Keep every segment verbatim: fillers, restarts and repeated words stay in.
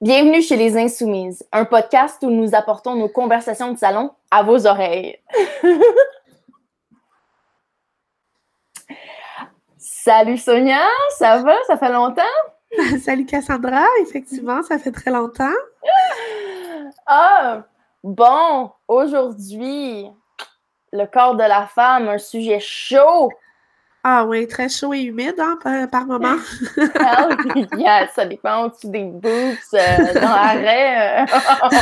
Bienvenue chez Les Insoumises, un podcast où nous apportons nos conversations de salon à vos oreilles. Salut Sonia, ça va? Ça fait longtemps? Salut Cassandra, effectivement, ça fait très longtemps. Ah, bon, aujourd'hui, le corps de la femme, un sujet chaud. Ah oui, très chaud et humide hein, par, par moment. Hell yes, ça dépend au-dessus des boobs, euh, dans l'arrêt. Euh...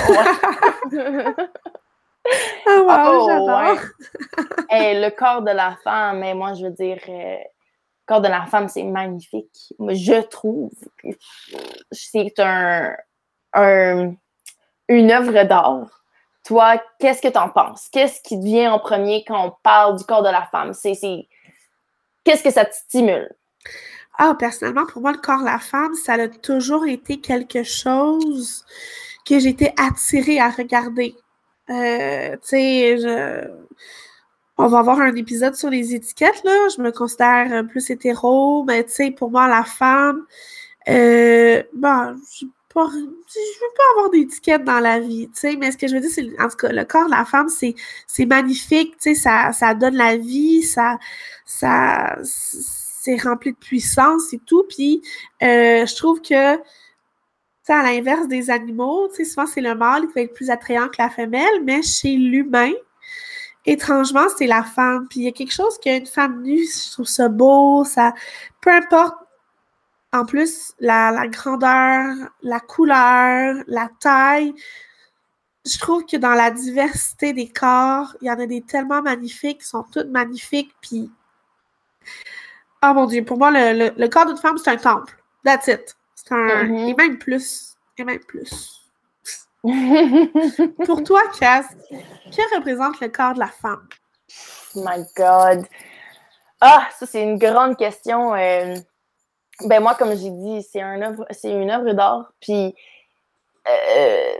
Ah wow, oh, j'adore. Ouais. Hey, le corps de la femme, mais moi je veux dire, euh, le corps de la femme, c'est magnifique. Je trouve que c'est un, un, une œuvre d'art. Toi, qu'est-ce que tu en penses? Qu'est-ce qui te vient en premier quand on parle du corps de la femme? C'est, c'est... Qu'est-ce que ça te stimule? Ah, personnellement, pour moi, le corps de la femme, ça a toujours été quelque chose que j'étais attirée à regarder. Euh, tu sais, je... on va avoir un épisode sur les étiquettes, là. Je me considère plus hétéro, mais tu sais, pour moi, la femme, euh, bon, je pas, je veux pas avoir d'étiquette dans la vie, tu sais, mais ce que je veux dire, c'est, en tout cas, le corps de la femme, c'est, c'est magnifique, tu sais, ça, ça donne la vie, ça, ça, c'est rempli de puissance et tout, puis euh, je trouve que, tu sais, à l'inverse des animaux, tu sais, souvent, c'est le mâle qui va être plus attrayant que la femelle, mais chez l'humain, étrangement, c'est la femme, puis il y a quelque chose qu'une femme nue, je trouve ça beau, ça, peu importe. En plus, la, la grandeur, la couleur, la taille, je trouve que dans la diversité des corps, il y en a des tellement magnifiques, qui sont toutes magnifiques, puis... Oh mon Dieu, pour moi, le, le, le corps d'une femme, c'est un temple. That's it. C'est un... Mm-hmm. Et même plus. Et même plus. Pour toi, Cass, que représente le corps de la femme? Oh my God! Ah, ça, c'est une grande question. Euh... Ben moi, comme j'ai dit, c'est un œuvre, c'est une œuvre d'art. Puis, euh,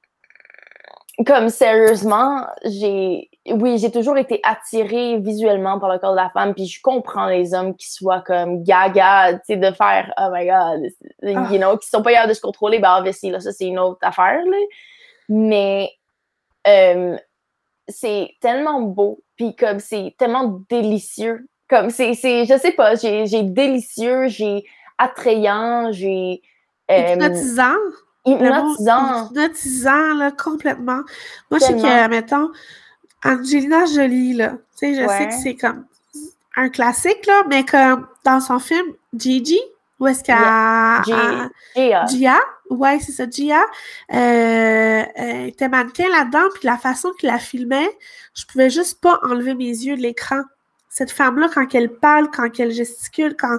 comme sérieusement, j'ai, oui, j'ai toujours été attirée visuellement par le corps de la femme. Puis je comprends les hommes qui soient comme gaga, tu sais, de faire oh my God, you Oh. know, qui sont pas capables de se contrôler. Ben obviously, là, ça c'est une autre affaire. Là. Mais euh, c'est tellement beau, puis comme c'est tellement délicieux. Comme c'est, c'est je sais pas, j'ai, j'ai délicieux, j'ai attrayant, j'ai euh, Hypnotisant. hypnotisant. Hypnotisant, là, complètement. Moi, je sais Tellement. que, mettons, Angelina Jolie, là, tu sais, je Ouais. sais que c'est comme un classique, là, mais comme dans son film Gigi, où est-ce qu'elle... Yeah. Gia. Gia, ouais, c'est ça, Gia, euh, elle était mannequin là-dedans, puis la façon qu'il la filmait, je pouvais juste pas enlever mes yeux de l'écran. Cette femme-là, quand elle parle, quand elle gesticule, quand...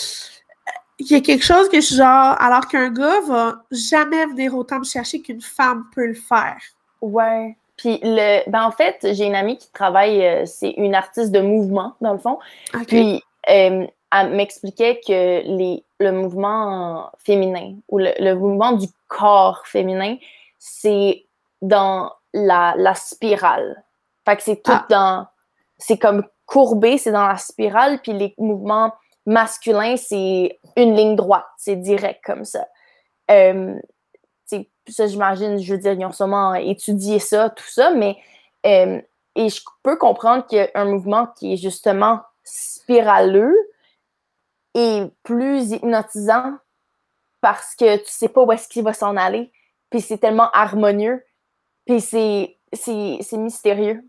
Il y a quelque chose que je suis genre, alors qu'un gars va jamais venir autant me chercher qu'une femme peut le faire. Ouais. Puis, le, ben en fait, j'ai une amie qui travaille, euh, c'est une artiste de mouvement, dans le fond. Okay. Puis, euh, elle m'expliquait que les, le mouvement féminin ou le, le mouvement du corps féminin, c'est dans la, la spirale. Fait que c'est tout ah. dans... C'est comme courbé, c'est dans la spirale, puis les mouvements masculins, c'est une ligne droite, c'est direct comme ça. Euh, ça, j'imagine, je veux dire, ils ont sûrement étudié ça, tout ça, mais euh, et je peux comprendre qu'un mouvement qui est justement spiraleux est plus hypnotisant parce que tu sais pas où est-ce qu'il va s'en aller, puis c'est tellement harmonieux, puis c'est, c'est, c'est mystérieux.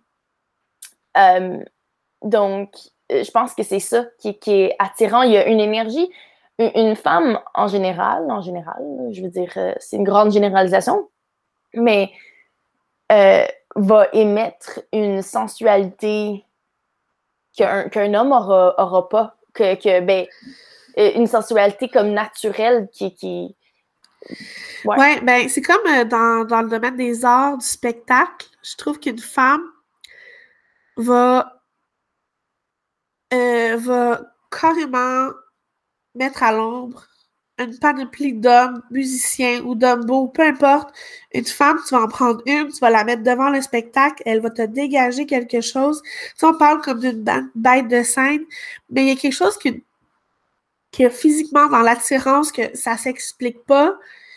Euh, donc, je pense que c'est ça qui, qui est attirant. Il y a une énergie. Une femme, en général, en général, je veux dire, c'est une grande généralisation, mais euh, va émettre une sensualité qu'un, qu'un homme aura, aura pas, que, que ben, une sensualité comme naturelle qui... qui... Ouais. ouais, ben c'est comme dans, dans le domaine des arts, du spectacle, je trouve qu'une femme va, euh, va carrément mettre à l'ombre une panoplie d'hommes, musiciens ou d'hommes beaux, peu importe. Une femme, tu vas en prendre une, tu vas la mettre devant le spectacle, elle va te dégager quelque chose. Tu sais, on parle comme d'une bête de scène, mais il y a quelque chose qui, qui est physiquement dans l'attirance que ça s'explique pas.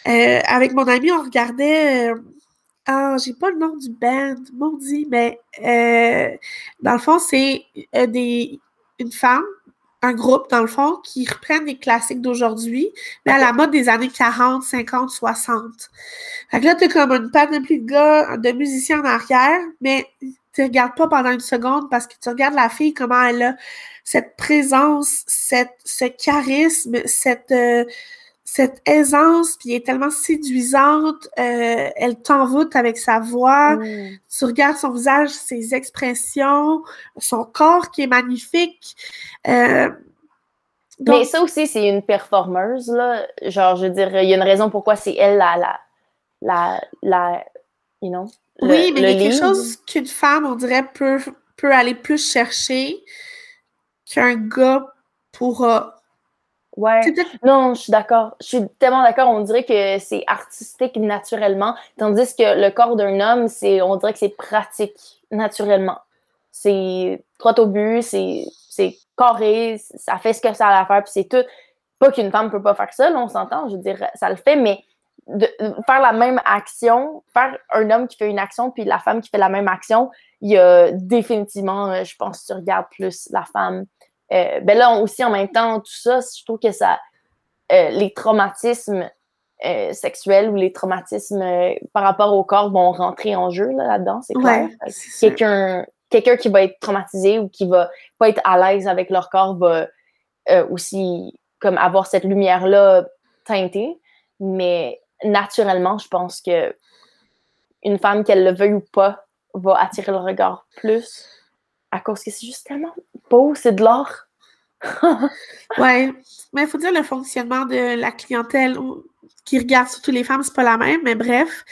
Euh, avec mon ami, on regardait... Euh, ah, j'ai pas le nom du band, maudit, mais euh, dans le fond, c'est euh, des, une femme, un groupe, dans le fond, qui reprennent des classiques d'aujourd'hui, mais à OK. la mode des années quarante, cinquante, soixante. Fait que là, t'as comme une panoplie de gars, de musiciens en arrière, mais tu regardes pas pendant une seconde parce que tu regardes la fille, comment elle a cette présence, cette, ce charisme, cette... euh, cette aisance, puis elle est tellement séduisante, euh, elle t'envoûte avec sa voix, Mm. tu regardes son visage, ses expressions, son corps qui est magnifique. Euh, Mais donc, ça aussi, c'est une performeuse, là. Genre, je veux dire, il y a une raison pourquoi c'est elle la, la, la, la, you know, le, oui, mais il le y a quelque lead. chose qu'une femme, on dirait, peut, peut aller plus chercher qu'un gars pourra. C'est Ouais, peut-être... non, je suis d'accord. Je suis tellement d'accord. On dirait que c'est artistique naturellement, tandis que le corps d'un homme, c'est, on dirait que c'est pratique naturellement. C'est droit au but, c'est, c'est carré, ça fait ce que ça a à faire, puis c'est tout. Pas qu'une femme peut pas faire ça, là, on s'entend. Je veux dire, ça le fait, mais de, de faire la même action, faire un homme qui fait une action, puis la femme qui fait la même action, il y a définitivement, euh, je pense, que tu regardes plus la femme. Euh, ben là, aussi, en même temps, tout ça, je trouve que ça, euh, les traumatismes euh, sexuels ou les traumatismes euh, par rapport au corps vont rentrer en jeu là, là-dedans, c'est clair. Ouais, c'est sûr. Quelqu'un, quelqu'un qui va être traumatisé ou qui va pas être à l'aise avec leur corps va euh, aussi comme avoir cette lumière-là teintée. Mais naturellement, je pense que une femme, qu'elle le veuille ou pas, va attirer le regard plus à cause que c'est juste tellement beau, c'est de l'art. Ouais, mais il faut dire le fonctionnement de la clientèle qui regarde surtout les femmes, c'est pas la même, mais bref.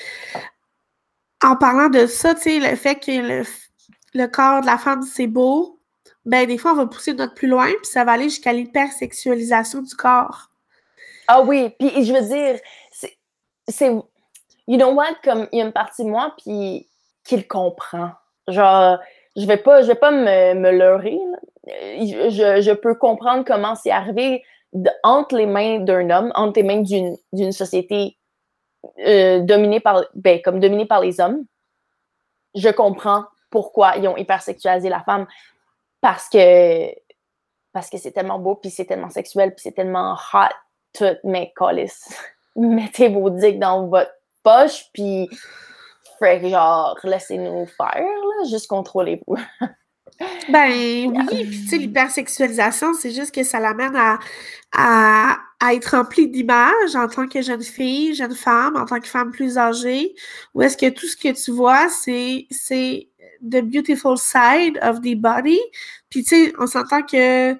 En parlant de ça, tu sais, le fait que le, le corps de la femme, c'est beau, ben des fois, on va pousser notre plus loin, puis ça va aller jusqu'à l'hypersexualisation du corps. Ah oui, puis je veux dire, c'est, c'est, you know what, comme il y a une partie de moi puis qui le comprend. Genre, je vais pas, je vais pas me, me leurrer. Là. Je, je peux comprendre comment c'est arrivé de, entre les mains d'un homme, entre les mains d'une, d'une société euh, dominée par, ben, comme dominée par les hommes. Je comprends pourquoi ils ont hypersexualisé la femme parce que parce que c'est tellement beau, puis c'est tellement sexuel, puis c'est tellement hot, tout, mais câlisse. Mettez vos dicks dans votre poche, puis fait genre, laissez-nous faire, là, juste contrôlez-vous. Ben oui, puis tu sais, l'hypersexualisation, c'est juste que ça l'amène à, à, à être rempli d'images en tant que jeune fille, jeune femme, en tant que femme plus âgée, où est-ce que tout ce que tu vois, c'est, c'est the beautiful side of the body. Puis tu sais, on s'entend que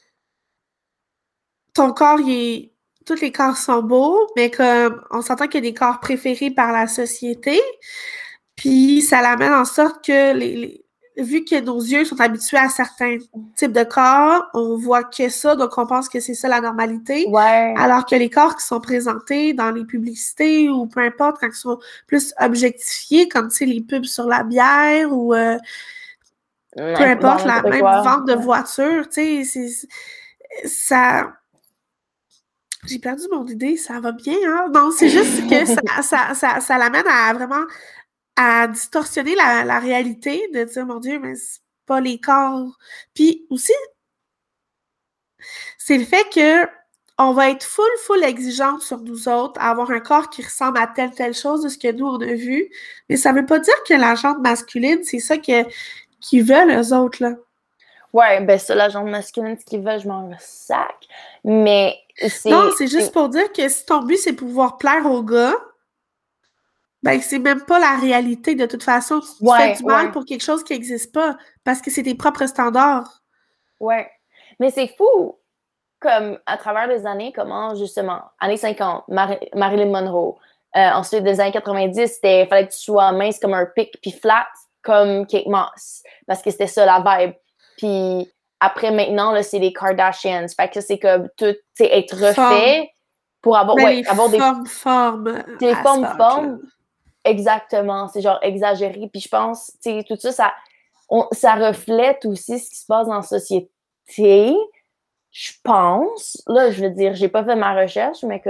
ton corps, il est... tous les corps sont beaux, mais comme on s'entend qu'il y a des corps préférés par la société, puis ça l'amène en sorte que les, les- vu que nos yeux sont habitués à certains types de corps, on voit que ça, donc on pense que c'est ça la normalité. Ouais. Alors que les corps qui sont présentés dans les publicités ou peu importe, quand ils sont plus objectifiés, comme tu sais, les pubs sur la bière ou euh, peu importe, Bon, la n'importe même quoi. vente de Ouais. voitures, tu sais, c'est ça. J'ai perdu mon idée, ça va bien, hein? Non, c'est juste que ça, ça, ça, ça l'amène à vraiment à distorsionner la, la réalité, de dire, mon Dieu, mais c'est pas les corps. Puis aussi, c'est le fait que on va être full, full exigeante sur nous autres, à avoir un corps qui ressemble à telle, telle chose de ce que nous, on a vu. Mais ça veut pas dire que la jante masculine, c'est ça que, qu'ils veulent, eux autres, là. Ouais, ben ça, la jambe masculine, ce qu'ils veulent, je m'en sac. Mais Non, c'est. c'est juste pour dire que si ton but, c'est pouvoir plaire aux gars, ben, c'est même pas la réalité. De toute façon, tu te fais Ouais, du mal ouais, pour quelque chose qui n'existe pas parce que c'est tes propres standards. ouais. Mais c'est fou, comme à travers les années, comment justement, années cinquante, Mar- Marilyn Monroe. Euh, ensuite, des années quatre-vingt-dix, c'était fallait que tu sois mince comme un pic, puis flat comme Kate Moss, parce que c'était ça la vibe. Puis après, maintenant, là, c'est les Kardashians. Fait que c'est comme tout, tu sais, être Forme. refait pour avoir, Mais ouais, les avoir des, formes, formes des as formes, fuck, là. formes. Exactement. C'est genre exagéré. Puis je pense, tu sais, tout ça, ça, on, ça reflète aussi ce qui se passe dans la société. Je pense, là, je veux dire, j'ai pas fait ma recherche, mais comme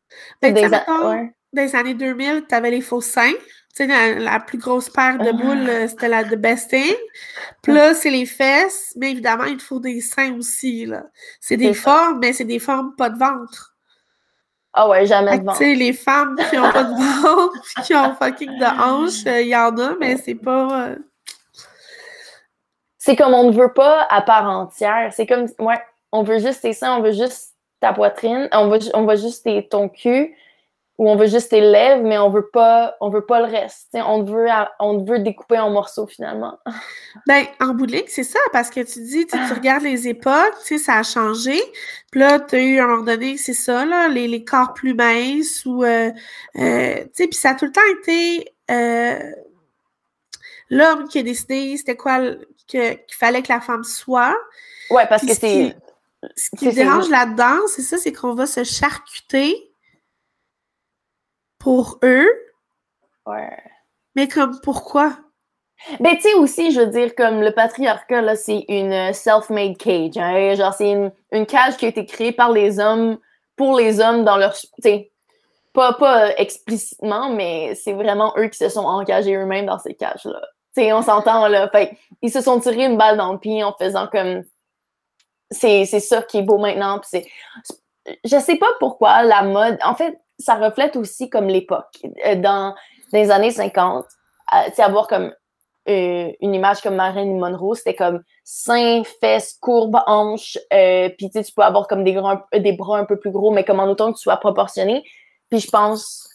Ben, tu sais, Des a- mettons, ouais. dans les années deux mille, tu avais les faux seins. Tu sais, la, la plus grosse paire de boules, euh, c'était la The Best Thing. Puis là, c'est les fesses, mais évidemment, il te faut des seins aussi, là. C'est des C'est ça. formes, mais c'est des formes pas de ventre. Ah ouais, jamais Fait de que, tu ventre. sais, les femmes qui ont pas de ventre, puis qui ont fucking de hanches, euh, il y en a, mais c'est pas... euh, C'est comme on ne veut pas à part entière. C'est comme, ouais, on veut juste tes seins, on veut juste ta poitrine, on veut, on veut juste tes, ton cul, ou on veut juste tes lèvres, mais on veut pas, on veut pas le reste. T'sais, on te veut, à- on te veut découper en morceaux finalement. Ben, en bout de ligne, c'est ça, parce que tu dis, tu sais, tu regardes les époques, tu sais, ça a changé. Puis là, tu as eu à un moment donné, c'est ça, là, les, les corps plus minces ou, euh, euh, tu sais, puis ça a tout le temps été euh, l'homme qui a décidé c'était quoi le- que, qu'il fallait que la femme soit. Ouais, parce Puis que ce c'est, qui, ce qui c'est, me c'est, dérange là-dedans, c'est ça, c'est qu'on va se charcuter pour eux, ouais. mais comme pourquoi? Ben, tu sais aussi, je veux dire, comme le patriarcat, là, c'est une self-made cage. Hein? Genre, c'est une, une cage qui a été créée par les hommes, pour les hommes dans leur... Tu sais, pas, pas euh, explicitement, mais c'est vraiment eux qui se sont engagés eux-mêmes dans ces cages-là. Tu sais, on s'entend, là. Fait ils se sont tirés une balle dans le pied en faisant comme... C'est, c'est ça qui est beau maintenant. Puis c'est... Je sais pas pourquoi la mode... En fait, ça reflète aussi comme l'époque. Dans, dans les années cinquante, euh, tu sais, avoir comme euh, une image comme Marilyn Monroe, c'était comme seins, fesses, courbes, hanches, euh, puis tu sais, tu peux avoir comme des, grands, des bras un peu plus gros, mais comme en autant que tu sois proportionné. Puis je pense,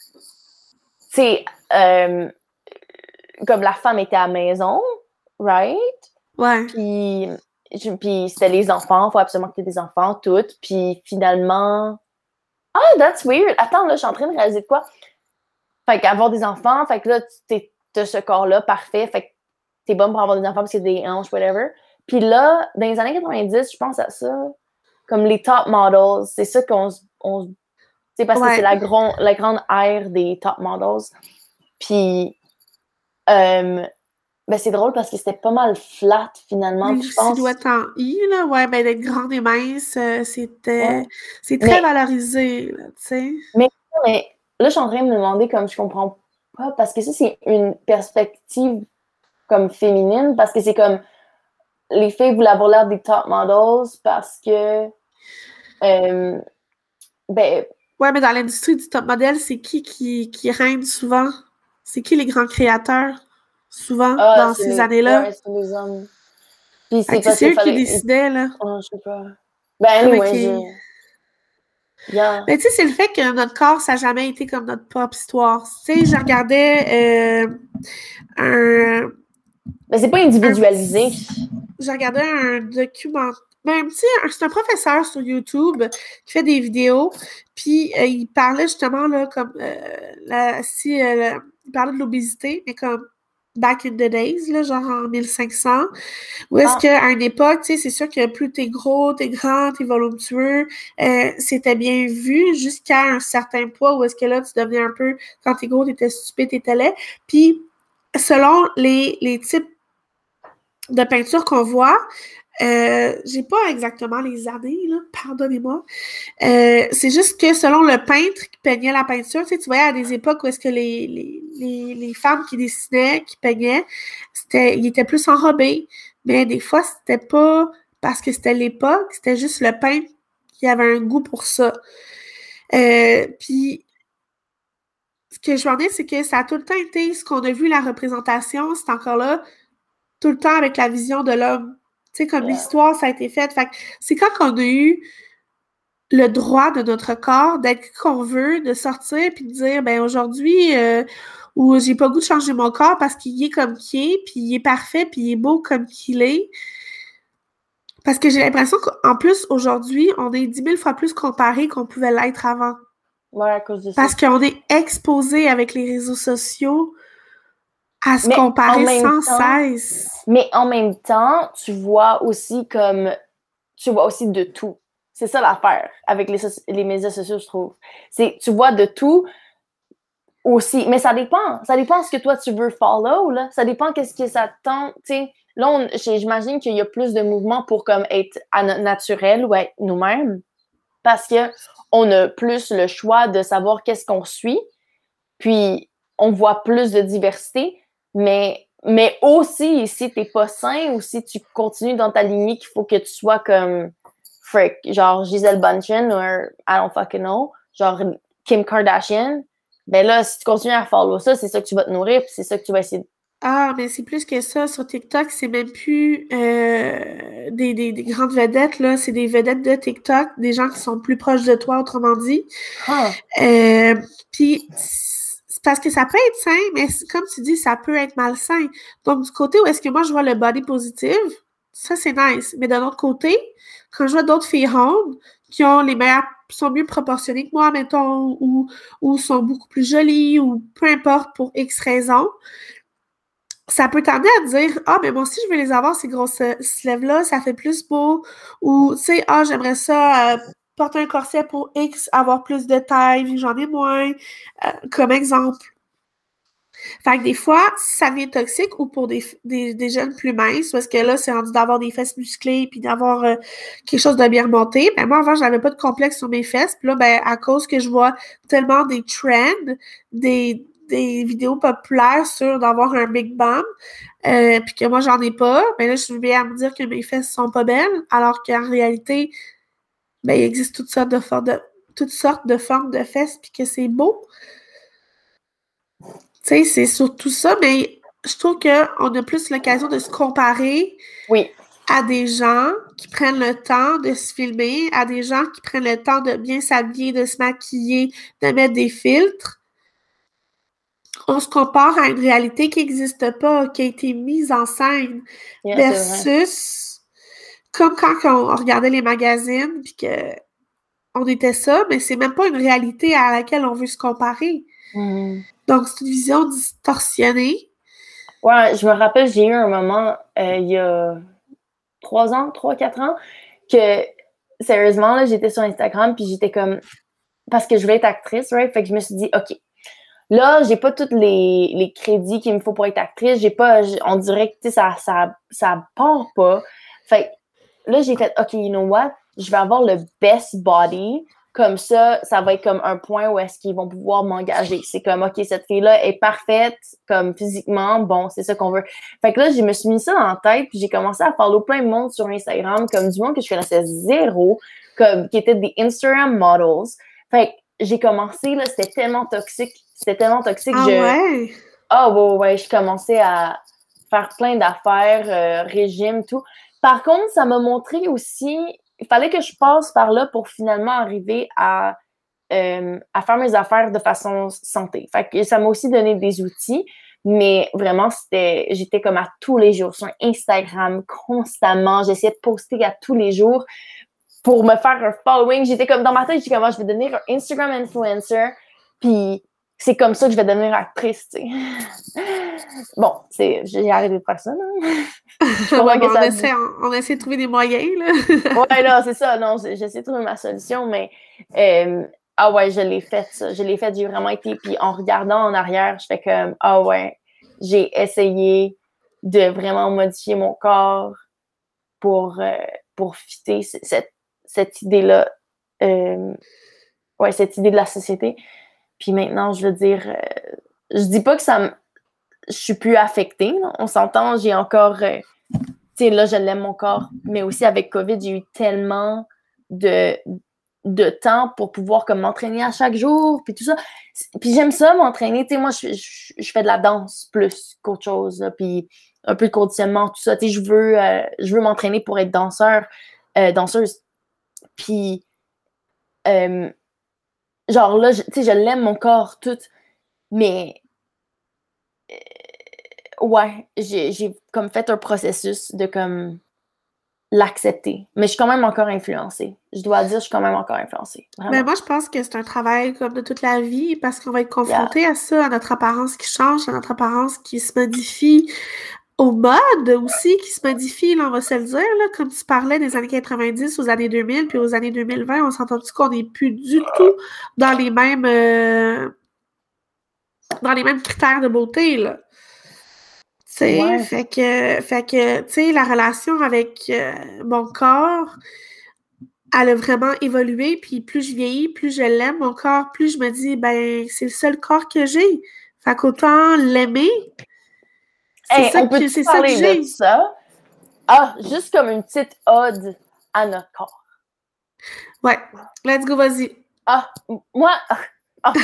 tu sais, euh, comme la femme était à la maison, right? Ouais. Puis, je- puis c'était les enfants, il faut absolument que tu aies des enfants, toutes. Puis finalement, ah, that's weird. Attends, là, je suis en train de réaliser de quoi? Fait qu'avoir des enfants, fait que là, tu as ce corps-là, parfait. Fait que t'es bonne pour avoir des enfants parce qu'il y a des hanches, whatever. Puis là, dans les années quatre-vingt-dix, je pense à ça, comme les top models, c'est ça qu'on se... Tu sais, parce que c'est Ouais. la, gron- la grande ère des top models. Puis, euh, ben c'est drôle parce que c'était pas mal flat, finalement. Les Puis je pense... silhouettes en I, là, ouais, ben d'être grande et mince, euh, c'était... Ouais. C'est très Mais, valorisé, là, tu sais. mais, mais là, je suis en train de me demander comme je comprends pas, parce que ça, c'est une perspective comme féminine, parce que c'est comme les filles voulaient avoir l'air des top models parce que euh, ben Ouais, mais dans l'industrie du top model, c'est qui, qui qui règne souvent? C'est qui les grands créateurs, souvent, ah dans c'est ces les années-là? ouais c'est les hommes puis Fait c'est que, tu sais, parce c'est qu'il eux qui fallait décidaient, là. oh, je sais pas ben Comment anyway qu'ils... je yeah. Mais tu sais, c'est le fait que notre corps, ça n'a jamais été comme notre propre histoire. Tu sais, je regardais euh, un, Ben c'est pas un individualisé petit... Je regardais un document... Ben, un petit... C'est un professeur sur YouTube qui fait des vidéos, puis euh, il parlait justement, là, comme... Euh, la, si, euh, la- il parlait de l'obésité, mais comme back in the days, là, genre en mille cinq cents, où est-ce ah qu'à une époque, tu sais, c'est sûr que plus t'es gros, t'es grand, t'es voluptueux, euh, c'était bien vu jusqu'à un certain poids où est-ce que là, tu devenais un peu, quand t'es gros, t'étais stupide, t'étais laid. Puis, selon les, les types de peinture qu'on voit, euh, j'ai pas exactement les années, là, pardonnez-moi. Euh, c'est juste que selon le peintre qui peignait la peinture, tu sais, tu voyais à des époques où est-ce que les, les, les, les femmes qui dessinaient, qui peignaient, c'était, ils étaient plus enrobés. Mais des fois, c'était pas parce que c'était l'époque, c'était juste le peintre qui avait un goût pour ça. Euh, puis, ce que je veux en dire, c'est que ça a tout le temps été ce qu'on a vu, la représentation, c'est encore là, tout le temps avec la vision de l'homme. Tu sais, comme yeah. l'histoire, ça a été fait. Fait que c'est quand qu'on a eu le droit de notre corps d'être qui qu'on veut, de sortir puis de dire, ben aujourd'hui, euh, ou j'ai pas le goût de changer mon corps parce qu'il est comme qu'il est, puis il est parfait, puis il est beau comme qu'il est. Parce que j'ai l'impression qu'en plus, aujourd'hui, on est dix mille fois plus comparé qu'on pouvait l'être avant. Ouais, à cause de ça. Parce qu'on est exposé avec les réseaux sociaux à se mais en comparer même sans temps cesse. mais en même temps tu vois aussi comme tu vois aussi de tout. C'est ça l'affaire avec les, soci- les médias sociaux, je trouve. C'est tu vois de tout aussi, mais ça dépend. Ça dépend ce que toi tu veux follow, là. Ça dépend qu'est-ce que ça te tente, tu sais. Là, on- j'ai- j'imagine qu'il y a plus de mouvements pour comme être à- naturel ou être nous-mêmes. parce qu'on a plus le choix de savoir qu'est-ce qu'on suit, puis on voit plus de diversité, mais, mais aussi, si t'es pas sain ou si tu continues dans ta lignée qu'il faut que tu sois comme, frick, genre Gisèle Bündchen ou I don't fucking know, genre Kim Kardashian, ben là, si tu continues à follow ça, c'est ça que tu vas te nourrir, puis c'est ça que tu vas essayer de... Ah, mais c'est plus que ça. Sur TikTok, c'est même plus euh, des, des, des grandes vedettes, là. C'est des vedettes de TikTok, des gens qui sont plus proches de toi, autrement dit. Huh. Euh, puis, c'est parce que ça peut être sain, mais comme tu dis, ça peut être malsain. Donc, du côté où est-ce que moi, je vois le body positive, ça, c'est nice. Mais d'un autre côté, quand je vois d'autres filles rondes qui ont les meilleures, sont mieux proportionnées que moi, mettons, ou, ou sont beaucoup plus jolies, ou peu importe, pour X raisons, ça peut t'amener à te dire « Ah, mais moi aussi, je veux les avoir, ces grosses slèvres-là, ça fait plus beau. » Ou, tu sais, « Ah, j'aimerais ça euh, porter un corset pour X, avoir plus de taille, vu que j'en ai moins. Euh, » Comme exemple. Fait que des fois, ça devient toxique ou pour des, des, des jeunes plus minces, parce que là, c'est rendu d'avoir des fesses musclées puis d'avoir euh, quelque chose de bien remonté. Ben, moi, avant, j'avais pas de complexe sur mes fesses. Puis là, ben, à cause que je vois tellement des trends, des, des vidéos populaires sur d'avoir un big bum, euh, puis que moi, j'en ai pas, ben là, je suis bien à me dire que mes fesses sont pas belles, alors qu'en réalité, ben, il existe toutes sortes de formes de, toutes sortes de formes de fesses puis que c'est beau. Tu sais, c'est surtout ça, mais je trouve qu'on a plus l'occasion de se comparer oui. à des gens qui prennent le temps de se filmer, à des gens qui prennent le temps de bien s'habiller, de se maquiller, de mettre des filtres. On se compare à une réalité qui n'existe pas, qui a été mise en scène, Yeah, versus comme quand on regardait les magazines, puis qu'on était ça, mais c'est même pas une réalité à laquelle on veut se comparer. Mm. Donc, c'est une vision distorsionnée. Ouais, je me rappelle, j'ai eu un moment, euh, il y a trois ans, trois, quatre ans, que, sérieusement, là, j'étais sur Instagram, puis j'étais comme, parce que je voulais être actrice, right? Fait que je me suis dit, OK, là, j'ai pas tous les, les crédits qu'il me faut pour être actrice, j'ai pas, on dirait que, tu sais, ça, ça, ça part pas. Fait que là, j'ai fait, OK, you know what? Je vais avoir le best body. Comme ça, ça va être comme un point où est-ce qu'ils vont pouvoir m'engager. C'est comme, OK, cette fille-là est parfaite, comme physiquement, bon, c'est ça qu'on veut. Fait que là, je me suis mis ça en tête, puis j'ai commencé à follow plein de monde sur Instagram, comme du monde que je connaissais zéro, comme, qui étaient des Instagram models. Fait que j'ai commencé, là, c'était tellement toxique, c'était tellement toxique, Ah je... ouais? Ah, ouais, ouais, je commençais à faire plein d'affaires, euh, régime, tout. Par contre, ça m'a montré aussi, il fallait que je passe par là pour finalement arriver à, euh, à faire mes affaires de façon santé. Fait que ça m'a aussi donné des outils, mais vraiment, c'était, j'étais comme à tous les jours sur Instagram, constamment. J'essayais de poster à tous les jours pour me faire un following. J'étais comme, dans ma tête, j'étais comme, moi, je vais devenir un Instagram influencer, puis c'est comme ça que je vais devenir actrice, tu sais. Bon, c'est, j'ai arrêté de faire ça, là. Ouais, bon, on, essaie, on, on essaie de trouver des moyens, là. Ouais, là, c'est ça. Non, j'essaie de trouver ma solution, mais euh, ah ouais, je l'ai fait, ça. Je l'ai fait, j'ai vraiment été. Puis en regardant en arrière, je fais comme, ah ouais, j'ai essayé de vraiment modifier mon corps pour, euh, pour fitter cette, cette idée-là. Euh, ouais, cette idée de la société. Puis maintenant, je veux dire, euh, je dis pas que ça me... Je suis plus affectée, là. On s'entend, j'ai encore... Euh, tu sais, là, je l'aime mon corps. Mais aussi, avec COVID, j'ai eu tellement de, de temps pour pouvoir comme m'entraîner à chaque jour, puis tout ça. Puis j'aime ça, m'entraîner. Tu sais, moi, je, je, je fais de la danse plus qu'autre chose, là, puis un peu de conditionnement, tout ça. Tu sais, je veux, euh, je veux m'entraîner pour être danseur, euh, danseuse. Puis... Euh, genre là, tu sais, je l'aime mon corps, tout, mais euh, ouais, j'ai, j'ai comme fait un processus de comme l'accepter. Mais je suis quand même encore influencée. Je dois dire, je suis quand même encore influencée. Vraiment. Mais moi, je pense que c'est un travail comme de toute la vie parce qu'on va être confronté yeah. à ça, à notre apparence qui change, à notre apparence qui se modifie, au mode aussi qui se modifie, là, on va se le dire, là, comme tu parlais des années quatre-vingt-dix aux années deux mille, puis aux années deux mille vingt, on s'entend-tu qu'on n'est plus du tout dans les mêmes euh, dans les mêmes critères de beauté, là. Tu sais, ouais. fait que, fait que tu sais, la relation avec euh, mon corps, elle a vraiment évolué, puis plus je vieillis, plus je l'aime, mon corps, plus je me dis, ben, c'est le seul corps que j'ai. Fait qu'autant l'aimer, c'est Hey, ça on que, peut-tu c'est ça que parler de j'ai. ça? Ah, juste comme une petite ode à notre corps. Ouais, let's go, vas-y. Ah, moi, ah,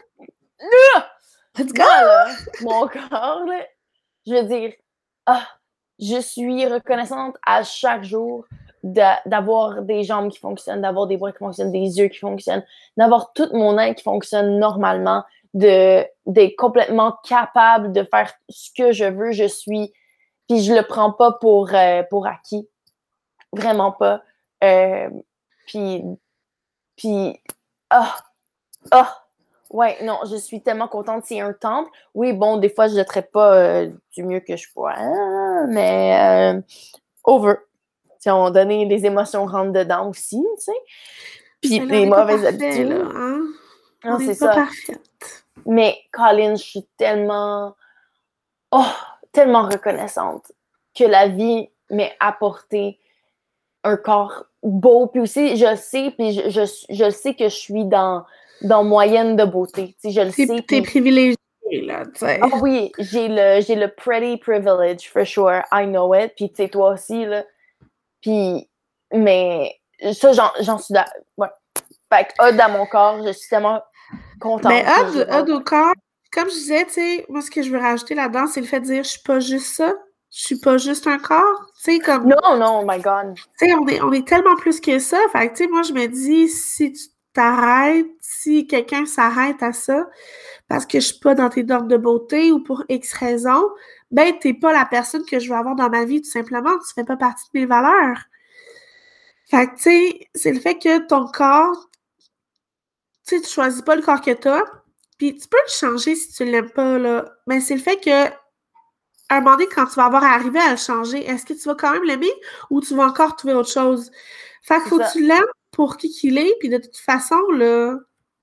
Let's go! moi, là, mon corps, là, je veux dire, ah, je suis reconnaissante à chaque jour de, d'avoir des jambes qui fonctionnent, d'avoir des bras qui fonctionnent, des yeux qui fonctionnent, d'avoir tout mon être qui fonctionne normalement, de, d'être complètement capable de faire ce que je veux. Je suis, puis je le prends pas pour, euh, pour acquis. Vraiment pas. Euh, puis, puis, ah, ah, ouais, non, je suis tellement contente. C'est un temple. Oui, bon, des fois, je ne traite pas euh, du mieux que je pourrais, hein, mais euh, over. Si on donné, les émotions rentrent dedans aussi, tu sais. Puis Mais là, on les n'est pas mauvaises parfait, là, habitudes. hein? On Non, n'est c'est pas ça. parfaite. Mais Colin, je suis tellement, oh, tellement reconnaissante que la vie m'ait apporté un corps beau. Puis aussi, je sais, puis je, je, je sais que je suis dans, dans moyenne de beauté. Tu sais, je le T'es, sais. t'es Puis, privilégiée, là, tu sais. ah oui, j'ai le, j'ai le pretty privilege, for sure. I know it. Puis, tu sais, toi aussi, là. Puis, mais ça, j'en, j'en suis d'accord. Ouais. Fait que, ode à mon corps, je suis tellement contente. Mais puis j'ai ode, ode vraiment- au corps, comme je disais, tu sais, moi, ce que je veux rajouter là-dedans, c'est le fait de dire, je suis pas juste ça. Je suis pas juste un corps. Tu sais, comme, Non, non, oh my God. tu sais, on est, on est tellement plus que ça. Fait que, tu sais, moi, je me dis, si tu t'arrêtes, si quelqu'un s'arrête à ça, parce que je suis pas dans tes normes de beauté ou pour X raison, ben, t'es pas la personne que je veux avoir dans ma vie, tout simplement. Tu fais pas partie de mes valeurs. Fait que, tu sais, c'est le fait que ton corps, tu sais, tu choisis pas le corps que t'as, puis tu peux le changer si tu l'aimes pas, là. Mais c'est le fait que, à un moment donné, quand tu vas avoir arrivé à le changer, est-ce que tu vas quand même l'aimer ou tu vas encore trouver autre chose? Fait qu'il C'est faut que ça. tu l'aimes pour qui qu'il est, puis de toute façon, là,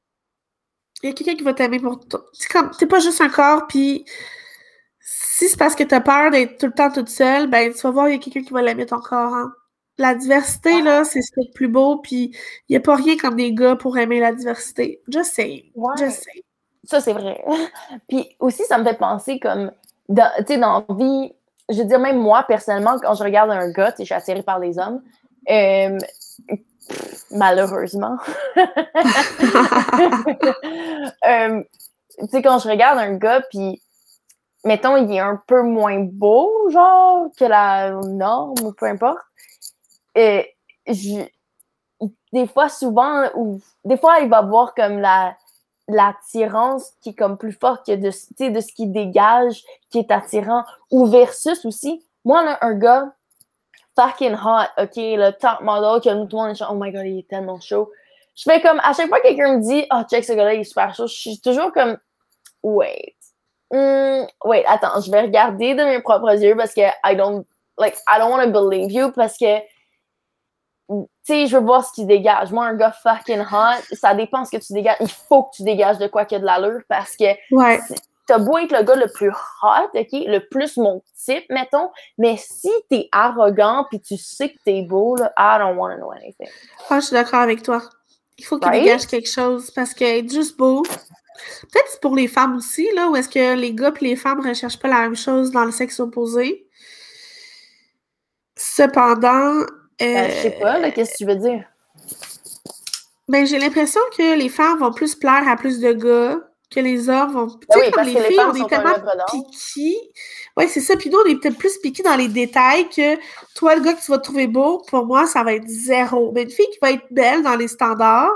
il y a quelqu'un qui va t'aimer pour toi. C'est comme, t'es pas juste un corps, puis si c'est parce que t'as peur d'être tout le temps toute seule, ben, tu vas voir, il y a quelqu'un qui va l'aimer ton corps, hein. La diversité, là, c'est ce qui est le plus beau, puis il n'y a pas rien comme des gars pour aimer la diversité. Just saying. Just Ouais. saying. Ça, c'est vrai. Puis aussi, ça me fait penser comme, tu sais, dans la vie, je veux dire, même moi, personnellement, quand je regarde un gars, tu sais, je suis attirée par les hommes, euh, malheureusement. euh, tu sais, quand je regarde un gars, puis, mettons, il est un peu moins beau, genre, que la norme, ou peu importe, et je, des fois, souvent, ou des fois, il va avoir comme la l'attirance qui est comme plus forte que de, de ce qui dégage, qui est attirant, ou versus aussi, moi, là, un gars fucking hot, ok, le top model, que tout le monde est oh my god, il est tellement chaud. Je fais comme, à chaque fois que quelqu'un me dit, oh, check ce gars-là, il est super chaud, je suis toujours comme, wait, mm, wait, attends, je vais regarder de mes propres yeux parce que I don't, like, I don't want to believe you parce que tu sais, je veux voir ce qu'il dégage. Moi, un gars fucking hot, ça dépend ce que tu dégages. Il faut que tu dégages de quoi qu'il y a de l'allure parce que Ouais. t'as beau être le gars le plus hot, OK, le plus mon type, mettons, mais si t'es arrogant puis tu sais que t'es beau, là, I don't want to know anything. Ah, je suis d'accord avec toi. Il faut qu'il Right? dégage quelque chose parce qu'être juste beau, peut-être c'est pour les femmes aussi, là, où est-ce que les gars et les femmes ne recherchent pas la même chose dans le sexe opposé. Cependant, Ben, je sais pas, euh, là, qu'est-ce que tu veux dire? ben, j'ai l'impression que les femmes vont plus plaire à plus de gars que les hommes vont. Tu Ben sais, oui, comme parce les que les filles, femmes on est sont un tellement œuvre d'art. piqués. Ouais, c'est ça. Puis nous, on est peut-être plus piqués dans les détails que toi, le gars que tu vas trouver beau, pour moi, ça va être zéro. Mais une fille qui va être belle dans les standards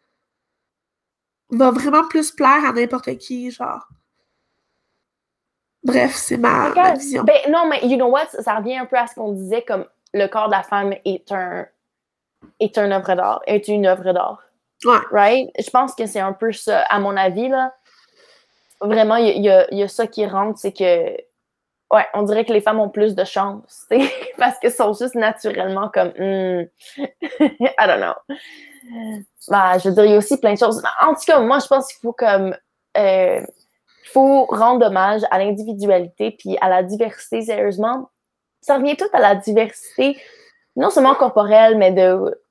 va vraiment plus plaire à n'importe qui, genre. Bref, c'est ma, ma vision. Ben non, mais you know what? Ça revient un peu à ce qu'on disait, comme le corps de la femme est un est une œuvre d'art, est une œuvre d'art. Ouais. Right? Je pense que c'est un peu ça, à mon avis, là. Vraiment, il y, y, a, y a ça qui rentre, c'est que, ouais, on dirait que les femmes ont plus de chance, parce qu'elles sont juste naturellement comme, mm, I don't know. Bah, je veux dire, il y a aussi plein de choses. En tout cas, moi, je pense qu'il faut comme, euh, faut rendre hommage à l'individualité puis à la diversité, sérieusement. Ça revient tout à la diversité, non seulement corporelle, mais de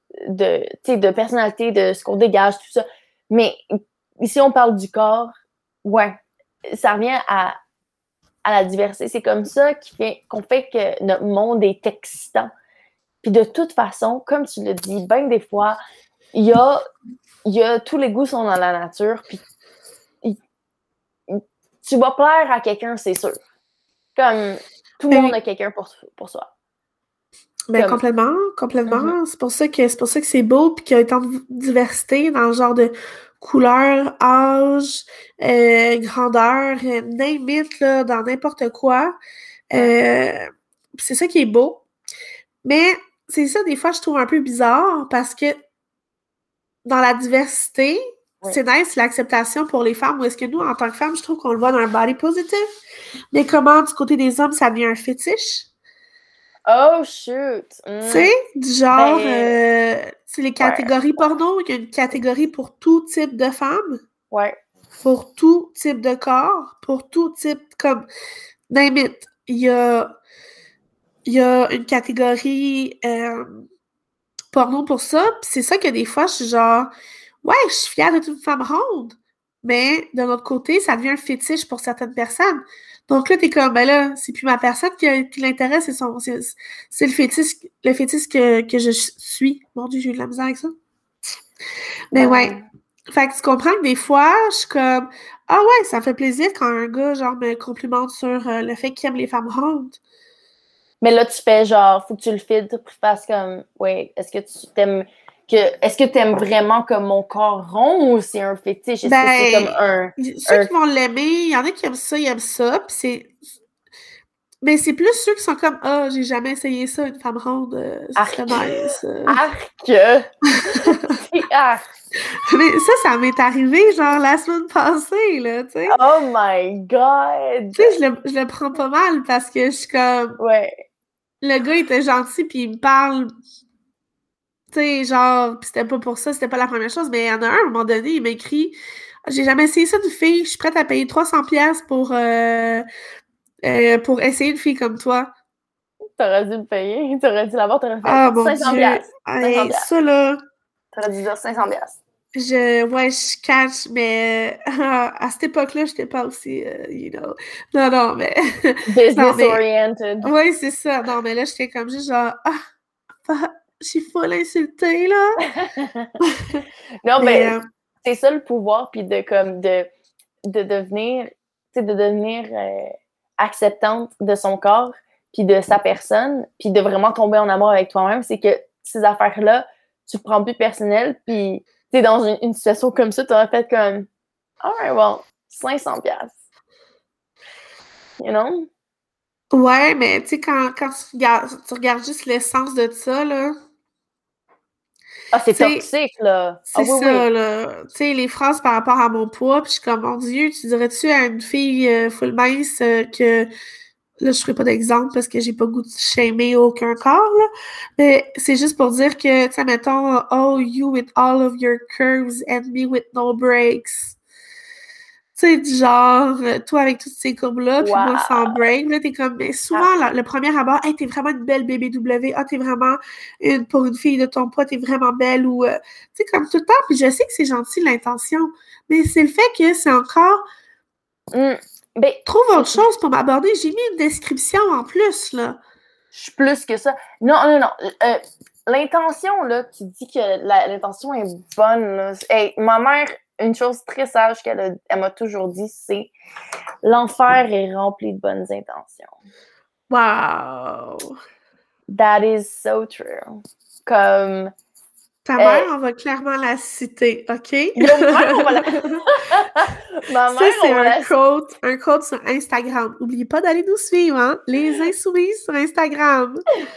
de, de personnalité, de ce qu'on dégage, tout ça. Mais ici, on parle du corps. Ouais, ça revient à, à la diversité. C'est comme ça qui fait, qu'on fait que notre monde est excitant. Puis de toute façon, comme tu l'as dit, bien des fois, il y a, y a tous les goûts sont dans la nature. Puis y, y, tu vas plaire à quelqu'un, c'est sûr. Comme tout le monde a quelqu'un pour, pour soi. Ben Comme... complètement, complètement. Mm-hmm. C'est pour ça que c'est pour ça que c'est beau puis qu'il y a autant de diversité dans le genre de couleur, âge, euh, grandeur, euh, name it, là, dans n'importe quoi. Euh, c'est ça qui est beau. Mais c'est ça, des fois, je trouve un peu bizarre parce que dans la diversité, oui. c'est nice l'acceptation pour les femmes. Ou est-ce que nous, en tant que femmes, je trouve qu'on le voit dans un body positive. Mais comment, du côté des hommes, ça devient un fétiche? Oh, shoot! Mm. Tu sais, du genre, ben... euh, c'est les catégories ouais. porno, il y a une catégorie pour tout type de femmes. Ouais. Pour tout type de corps, pour tout type, comme, name it. Il y a, il y a une catégorie euh, porno pour ça, puis c'est ça que des fois, je suis genre, ouais, je suis fière d'être une femme ronde, mais de l'autre côté, ça devient un fétiche pour certaines personnes. Donc là, t'es comme, ben là, c'est plus ma personne qui, qui l'intéresse, c'est, son, c'est, c'est le fétiche, le fétiche que, que je suis. Mon Dieu, j'ai eu de la misère avec ça. Mais ouais. ouais. Fait que tu comprends que des fois, je suis comme, ah ouais, ça me fait plaisir quand un gars, genre, me complimente sur euh, le fait qu'il aime les femmes rondes. Mais là, tu fais genre, faut que tu le filtres pour que tu fasses comme, ouais, est-ce que tu t'aimes, que, est-ce que tu aimes vraiment comme mon corps rond ou c'est un fétiche? Est-ce ben, que c'est comme un. Ceux un... qui vont l'aimer, il y en a qui aiment ça, ils aiment ça, pis c'est. Mais c'est plus ceux qui sont comme, ah, oh, j'ai jamais essayé ça, une femme ronde, euh, c'est nice. Euh. Arc! Arc! Mais ça, ça m'est arrivé, genre, la semaine passée, là, tu sais. Oh my God! Tu sais, je le, je le prends pas mal parce que je suis comme... Ouais. Le gars, il était gentil, puis il me parle... Tu sais, genre, pis c'était pas pour ça, c'était pas la première chose, mais il y en a un, à un moment donné, il m'écrit « J'ai jamais essayé ça d'une fille, je suis prête à payer trois cents dollars pour, euh, euh, pour essayer une fille comme toi. » T'aurais dû me payer, t'aurais dû l'avoir, t'aurais fait ah, cinq cents dollars. Hey, ça, là... T'aurais dû dire cinq cents dollars. Je, ouais, je catch, mais euh, à cette époque-là, j'étais pas aussi, uh, you know. Non, non, mais. Business-oriented. Oui, c'est ça. Non, mais là, j'étais comme juste genre, ah, je suis full insultée, là. non, mais, mais euh... c'est ça le pouvoir, puis de, comme, de, de devenir, tu sais, de devenir euh, acceptante de son corps, puis de sa personne, puis de vraiment tomber en amour avec toi-même, c'est que ces affaires-là, tu prends plus personnel, puis. T'es dans une, une situation comme ça, t'aurais fait comme alright, well, cinq cents dollars. You know? Ouais, mais tu sais, quand, quand tu, regardes, tu regardes juste l'essence de ça, là. Ah, c'est toxique, là. C'est ah, oui, ça, oui. là. Tu sais, les phrases par rapport à mon poids, puis je suis comme, mon Dieu, tu dirais-tu à une fille euh, full mince euh, que. Là, je ferai pas d'exemple parce que j'ai pas goût de shamer aucun corps, là. Mais c'est juste pour dire que, tu sais, mettons, oh, you with all of your curves and me with no breaks. Tu sais, du genre, toi avec toutes ces courbes-là, puis wow. moi sans break. Là, t'es comme, mais souvent, ah. la, le premier abord, hey, t'es vraiment une belle B B W. Ah, t'es vraiment, une, pour une fille de ton poids, t'es vraiment belle. Ou, euh, tu sais, comme tout le temps. Puis je sais que c'est gentil, l'intention. Mais c'est le fait que c'est encore. Mm. Ben, trouve autre chose pour m'aborder. J'ai mis une description en plus, là. Je suis plus que ça. Non, non, non. Euh, l'intention, là, tu dis que la, l'intention est bonne, là. Hey, ma mère, une chose très sage qu'elle a, elle m'a toujours dit, c'est l'enfer est rempli de bonnes intentions. Wow! That is so true. Comme... Ta mère, euh, on va clairement la citer, OK? Ma mère, on va la... Ma mère, ça, c'est on va un, la... quote, un quote sur Instagram. N'oubliez pas d'aller nous suivre, hein? Les Insoumises sur Instagram.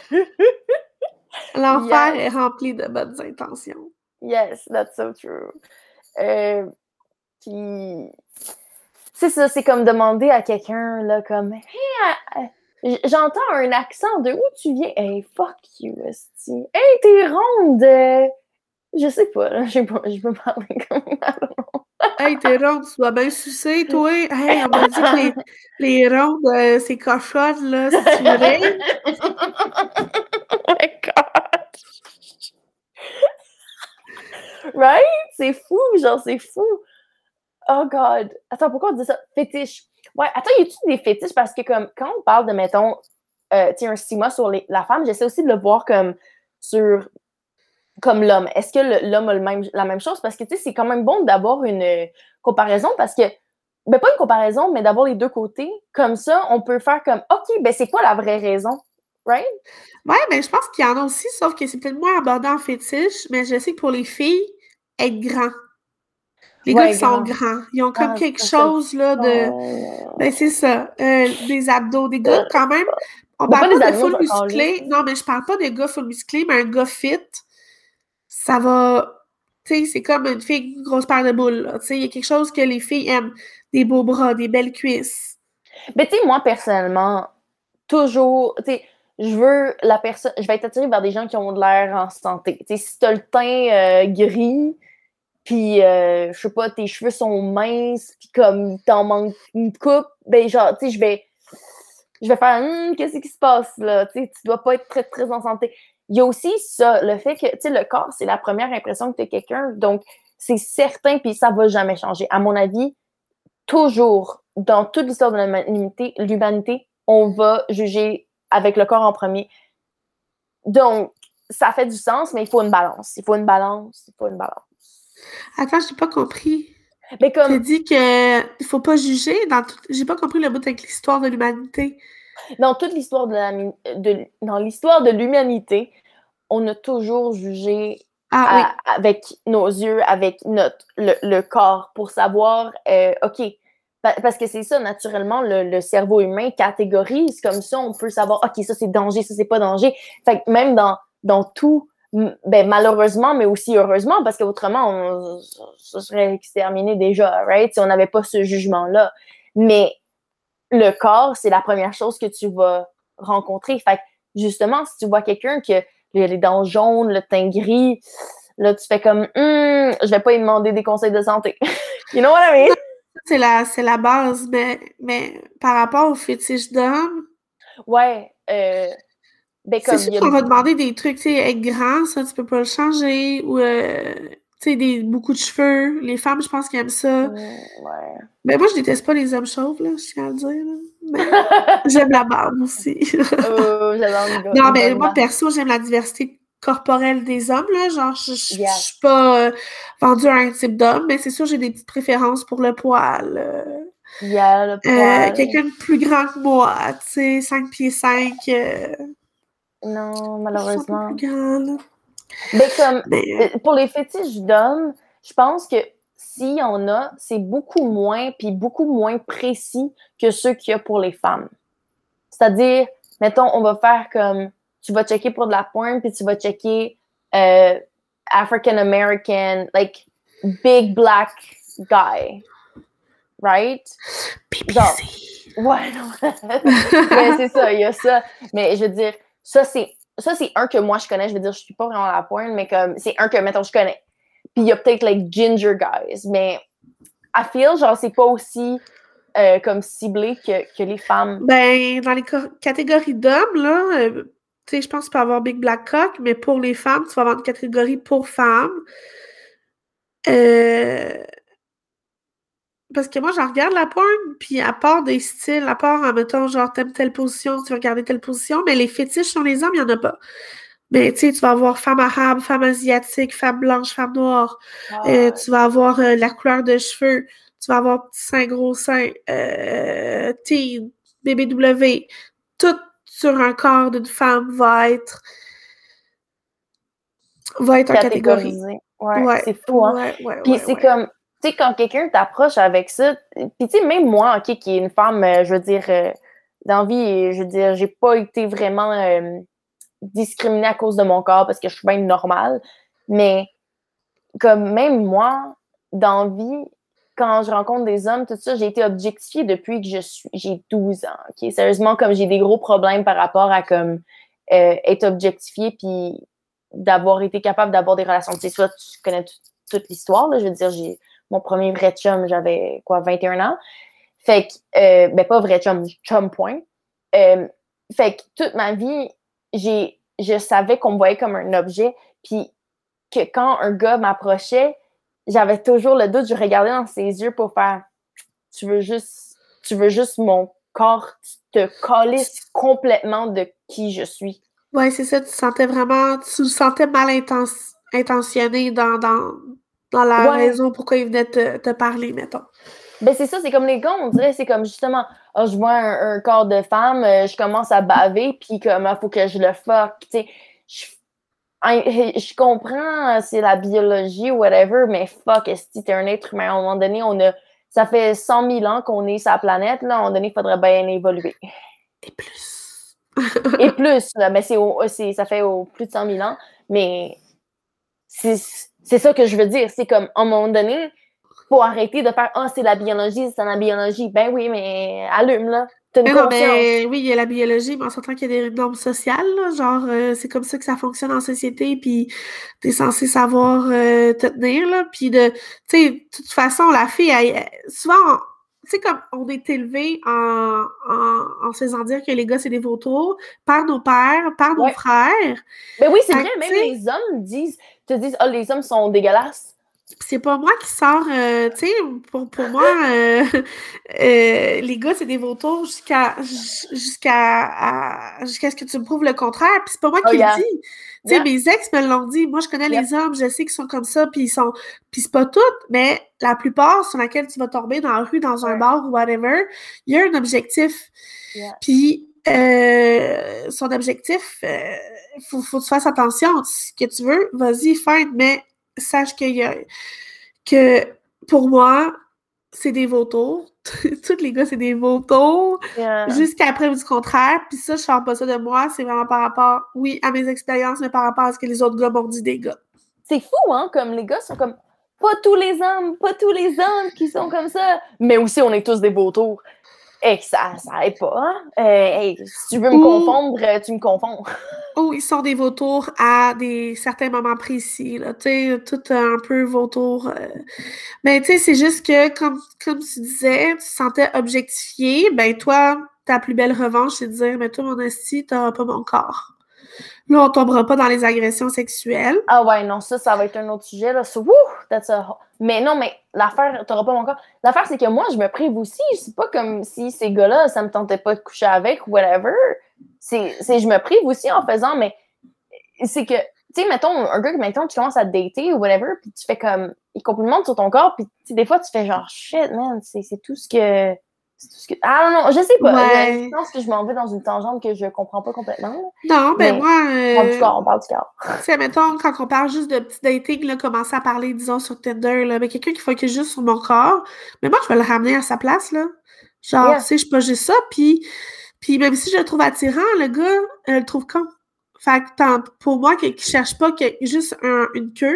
L'enfer yes. est rempli de bonnes intentions. Yes, that's so true. Euh, puis, c'est ça, c'est comme demander à quelqu'un, là, comme, hey, euh, j'entends un accent, de où tu viens? Hey, fuck you, esti. Hey, t'es ronde! Je sais pas, là, je sais pas, je peux parler comme ça. Hey, t'es ronde, tu dois bien sucer, toi. Hey, on m'a dit que les, les rondes, euh, c'est cochonne, là, c'est vrai. Oh my God! Right? C'est fou, genre, c'est fou. Oh God. Attends, pourquoi on dit ça? Fétiche. Ouais, attends, y a-tu des fétiches? Parce que comme, quand on parle de, mettons, euh, un stigma sur les, la femme, j'essaie aussi de le voir comme sur comme l'homme. Est-ce que le, l'homme a le même, la même chose? Parce que, tu sais, c'est quand même bon d'avoir une euh, comparaison parce que, ben pas une comparaison, mais d'avoir les deux côtés. Comme ça, on peut faire comme, OK, ben c'est quoi la vraie raison? Right? Ouais, ben je pense qu'il y en a aussi, sauf que c'est peut-être moins abordé en fétiche, mais je sais que pour les filles, être grand. Les gars Ouais, qui sont grand. grands, ils ont comme Ah, quelque c'est ça le chose là de. fun. Ben c'est ça. Euh, des abdos. Des gars Euh, quand même. On Mais pas parle des pas de animaux, full encore là. musclé. Non, mais je parle pas de gars full musclé, mais un gars fit, ça va. Tu sais, c'est comme une fille avec une grosse paire de boules. Tu sais, il y a quelque chose que les filles aiment. Des beaux bras, des belles cuisses. Mais tu sais, moi, personnellement, toujours, tu sais, je veux la personne, je vais être attirée vers des gens qui ont de l'air en santé. Tu sais, si t'as le teint euh, gris, puis euh, je sais pas, tes cheveux sont minces, puis comme t'en manques une coupe, ben genre, tu sais, je vais, je vais faire, hum, qu'est-ce qui se passe là? Tu sais, tu dois pas être très, très en santé. Il y a aussi ça, le fait que, tu sais, le corps, c'est la première impression que tu es quelqu'un, donc c'est certain, puis ça va jamais changer. À mon avis, toujours, dans toute l'histoire de l'humanité, l'humanité, on va juger avec le corps en premier. Donc, ça fait du sens, mais il faut une balance. Il faut une balance. Il faut une balance. Attends, j'ai pas compris. Mais Tu as comme, dit que il faut pas juger dans tout. J'ai pas compris le bout avec l'histoire de l'humanité. dans toute l'histoire de, la, de dans l'histoire de l'humanité, on a toujours jugé Ah oui. à, avec nos yeux, avec notre le, le corps pour savoir, euh, OK, parce que c'est ça, naturellement, le, le cerveau humain catégorise comme ça, on peut savoir, OK, ça c'est danger, ça c'est pas danger. Fait que même dans, dans tout, ben, malheureusement, mais aussi heureusement, parce qu'autrement, on, ça serait exterminé déjà, right? Si on n'avait pas ce jugement-là. Mais le corps, c'est la première chose que tu vas rencontrer. Fait que, justement, si tu vois quelqu'un qui a les dents jaunes, le teint gris, là, tu fais comme, hum, je vais pas lui demander des conseils de santé. You know what I mean? C'est la, c'est la base, mais, mais par rapport au fétiche d'homme, Ouais, euh, ben c'est comme, sûr il y a... qu'on va demander des trucs, tu sais, être grand, ça, tu peux pas le changer, ou, euh, tu sais, des, beaucoup de cheveux. Les femmes, je pense qu'elles aiment ça. Hum, ouais. Mais moi, je déteste pas les hommes chauves, là, je tiens à le dire, là. Mais j'aime la barbe aussi. oh, j'adore une, go- Non, une mais bonne moi, barbe. perso, j'aime la diversité corporelle des hommes, là. Genre, je, je, je Yes. suis pas euh, vendue à un type d'homme, mais c'est sûr, j'ai des petites préférences pour le poil. Euh, Yeah, le euh, poil. quelqu'un de plus grand que moi, tu sais, cinq pieds cinq, euh, Non, je suis un peu plus malheureusement. grand, là. Ben comme, Mais, euh, pour les fétiches d'hommes, je pense que s'il y en a, c'est beaucoup moins, puis beaucoup moins précis que ceux qu'il y a pour les femmes. C'est-à-dire, mettons, on va faire comme, tu vas checker pour de la porn, puis tu vas checker euh, African American, like, big black guy, right? Genre, P P C. ouais, non. Mais c'est ça, il y a ça. Mais je veux dire, ça, c'est ça, c'est un que moi, je connais. Je veux dire, je suis pas vraiment à la pointe, mais comme, c'est un que, mettons, je connais. Puis il y a peut-être, like, ginger guys. Mais I feel, genre, c'est pas aussi euh, comme ciblé que, que les femmes. Ben, dans les co- catégories d'hommes, là, euh, tu sais, je pense que tu peux avoir Big Black Cock, mais pour les femmes, tu vas avoir une catégorie pour femmes. Euh, Parce que moi, j'en regarde la porn, puis à part des styles, à part, admettons, genre, t'aimes telle position, tu vas regarder telle position, mais les fétiches sur les hommes, il n'y en a pas. Mais tu sais, tu vas avoir femme arabe, femme asiatique, femme blanche, femme noire. Euh, Ah, tu vas avoir euh, la couleur de cheveux. Tu vas avoir petit sein, gros sein, euh, teen, B B W. Tout sur un corps d'une femme va être, va être en catégorie. catégorisé. Ouais, Ouais, c'est fou, hein? ouais, ouais, Puis ouais, c'est ouais. comme, tu sais, quand quelqu'un t'approche avec ça, puis tu sais, même moi, OK, qui est une femme, euh, je veux dire, euh, dans la vie, je veux dire, j'ai pas été vraiment euh, discriminée à cause de mon corps parce que je suis bien normale, mais comme même moi, dans la vie, quand je rencontre des hommes, tout ça, j'ai été objectifiée depuis que je suis, j'ai douze ans, OK? Sérieusement, comme j'ai des gros problèmes par rapport à comme euh, être objectifiée puis d'avoir été capable d'avoir des relations. Tu sais, soit tu connais t- toute l'histoire, là, je veux dire, j'ai mon premier vrai chum, j'avais quoi, vingt et un ans. Fait que, euh, ben pas vrai chum, chum point. Euh, fait que toute ma vie, j'ai, je savais qu'on me voyait comme un objet, puis que quand un gars m'approchait, j'avais toujours le doute, je regardais dans ses yeux pour faire « Tu veux juste, tu veux juste mon corps, tu te calisses complètement de qui je suis. » Ouais, c'est ça, tu sentais vraiment, tu le sentais mal inten- intentionné dans, dans, dans la Ouais. raison pourquoi il venait te, te parler, mettons. Ben c'est ça, c'est comme les gars, on dirait, c'est comme justement, oh, je vois un, un corps de femme, euh, je commence à baver, puis comme, il faut que je le fuck, tu sais. Je, je comprends, c'est la biologie ou whatever, mais fuck, est-ce que t'es un être humain? À un moment donné, on a, ça fait cent mille ans qu'on est sur la planète, là, à un moment donné, il faudrait bien évoluer. Et plus. Et plus, là, ben c'est, au, c'est ça fait au plus de cent mille ans, mais c'est, c'est ça que je veux dire, c'est comme, à un moment donné, faut arrêter de faire « Ah, oh, c'est la biologie, c'est la biologie. » Ben oui, mais allume, là. T'as une Mais non, conscience. mais oui, il y a la biologie, mais on s'entend qu'il y a des normes sociales, là, genre, euh, c'est comme ça que ça fonctionne en société, puis t'es censé savoir euh, te tenir, là, puis de, tu sais, de toute façon, la fille, elle, elle, souvent, tu sais, comme on est élevé en, en, en se faisant dire que les gars, c'est des vautours, par nos pères, par nos Ouais. frères. Ben oui, c'est Fait vrai, que, même tu sais, les hommes disent, te disent « Ah, oh, les hommes sont dégueulasses. » c'est pas moi qui sors, euh, tu sais, pour, pour moi, euh, euh, les gars, c'est des vautours jusqu'à jusqu'à à- jusqu'à ce que tu me prouves le contraire. Puis c'est pas moi Oh qui le yeah. dis. Tu sais, Yeah. mes ex me l'ont dit. Moi, je connais Yep. les hommes, je sais qu'ils sont comme ça, puis ils sont... Puis c'est pas toutes, mais la plupart sur laquelle tu vas tomber dans la rue, dans un Ouais. bar ou whatever, il y a un objectif. Yeah. Puis euh, son objectif, il euh, faut, faut que tu fasses attention. Ce que tu veux, vas-y, fine, mais sache qu'il y a que pour moi, c'est des vautours. Tous les gars, c'est des vautours. Yeah. Jusqu'à preuve du contraire. Puis ça, je sens pas ça de moi. C'est vraiment par rapport, oui, à mes expériences, mais par rapport à ce que les autres gars m'ont dit des gars. C'est fou, hein, comme les gars sont comme « Pas tous les hommes, pas tous les hommes qui sont comme ça. » Mais aussi, on est tous des vautours. Et ça, ça aide pas, hein? Euh, hey, si tu veux me Ou, confondre, tu me confonds. ou ils sont des vautours à des certains moments précis, là. Tu sais, tout un peu vautour. Euh... Mais tu sais, c'est juste que, comme, comme tu disais, tu te sentais objectifié. Ben toi, ta plus belle revanche, c'est de dire, mais toi, mon esti, t'auras pas mon corps. Là, on tombera pas dans les agressions sexuelles. Ah ouais, non, ça, ça va être un autre sujet, là. So, wouh, that's a... Mais non, mais l'affaire, t'auras pas mon corps. L'affaire, c'est que moi, je me prive aussi. C'est pas comme si ces gars-là, ça me tentait pas de coucher avec ou whatever. C'est, c'est, je me prive aussi en faisant, mais c'est que, tu sais, mettons, un gars, mettons, tu commences à te dater ou whatever, puis tu fais comme, il complimente sur ton corps, puis des fois, tu fais genre, shit, man, c'est, c'est tout ce que... C'est tout ce que... Ah non, non, je sais pas. Ouais. Je pense que je m'en vais dans une tangente que je comprends pas complètement. Là. Non, ben Mais moi... on parle du Euh... corps, on parle du corps. Tu sais, mettons, quand on parle juste de petit dating, là, commencer à parler, disons, sur Tinder, là, ben quelqu'un qui focus juste sur mon corps, mais moi, je vais le ramener à sa place, là. Genre, Yeah. tu sais, je suis pas juste ça, puis, puis même si je le trouve attirant, le gars, euh, le trouve con. Fait que pour moi, qui cherche pas que, juste un, une queue,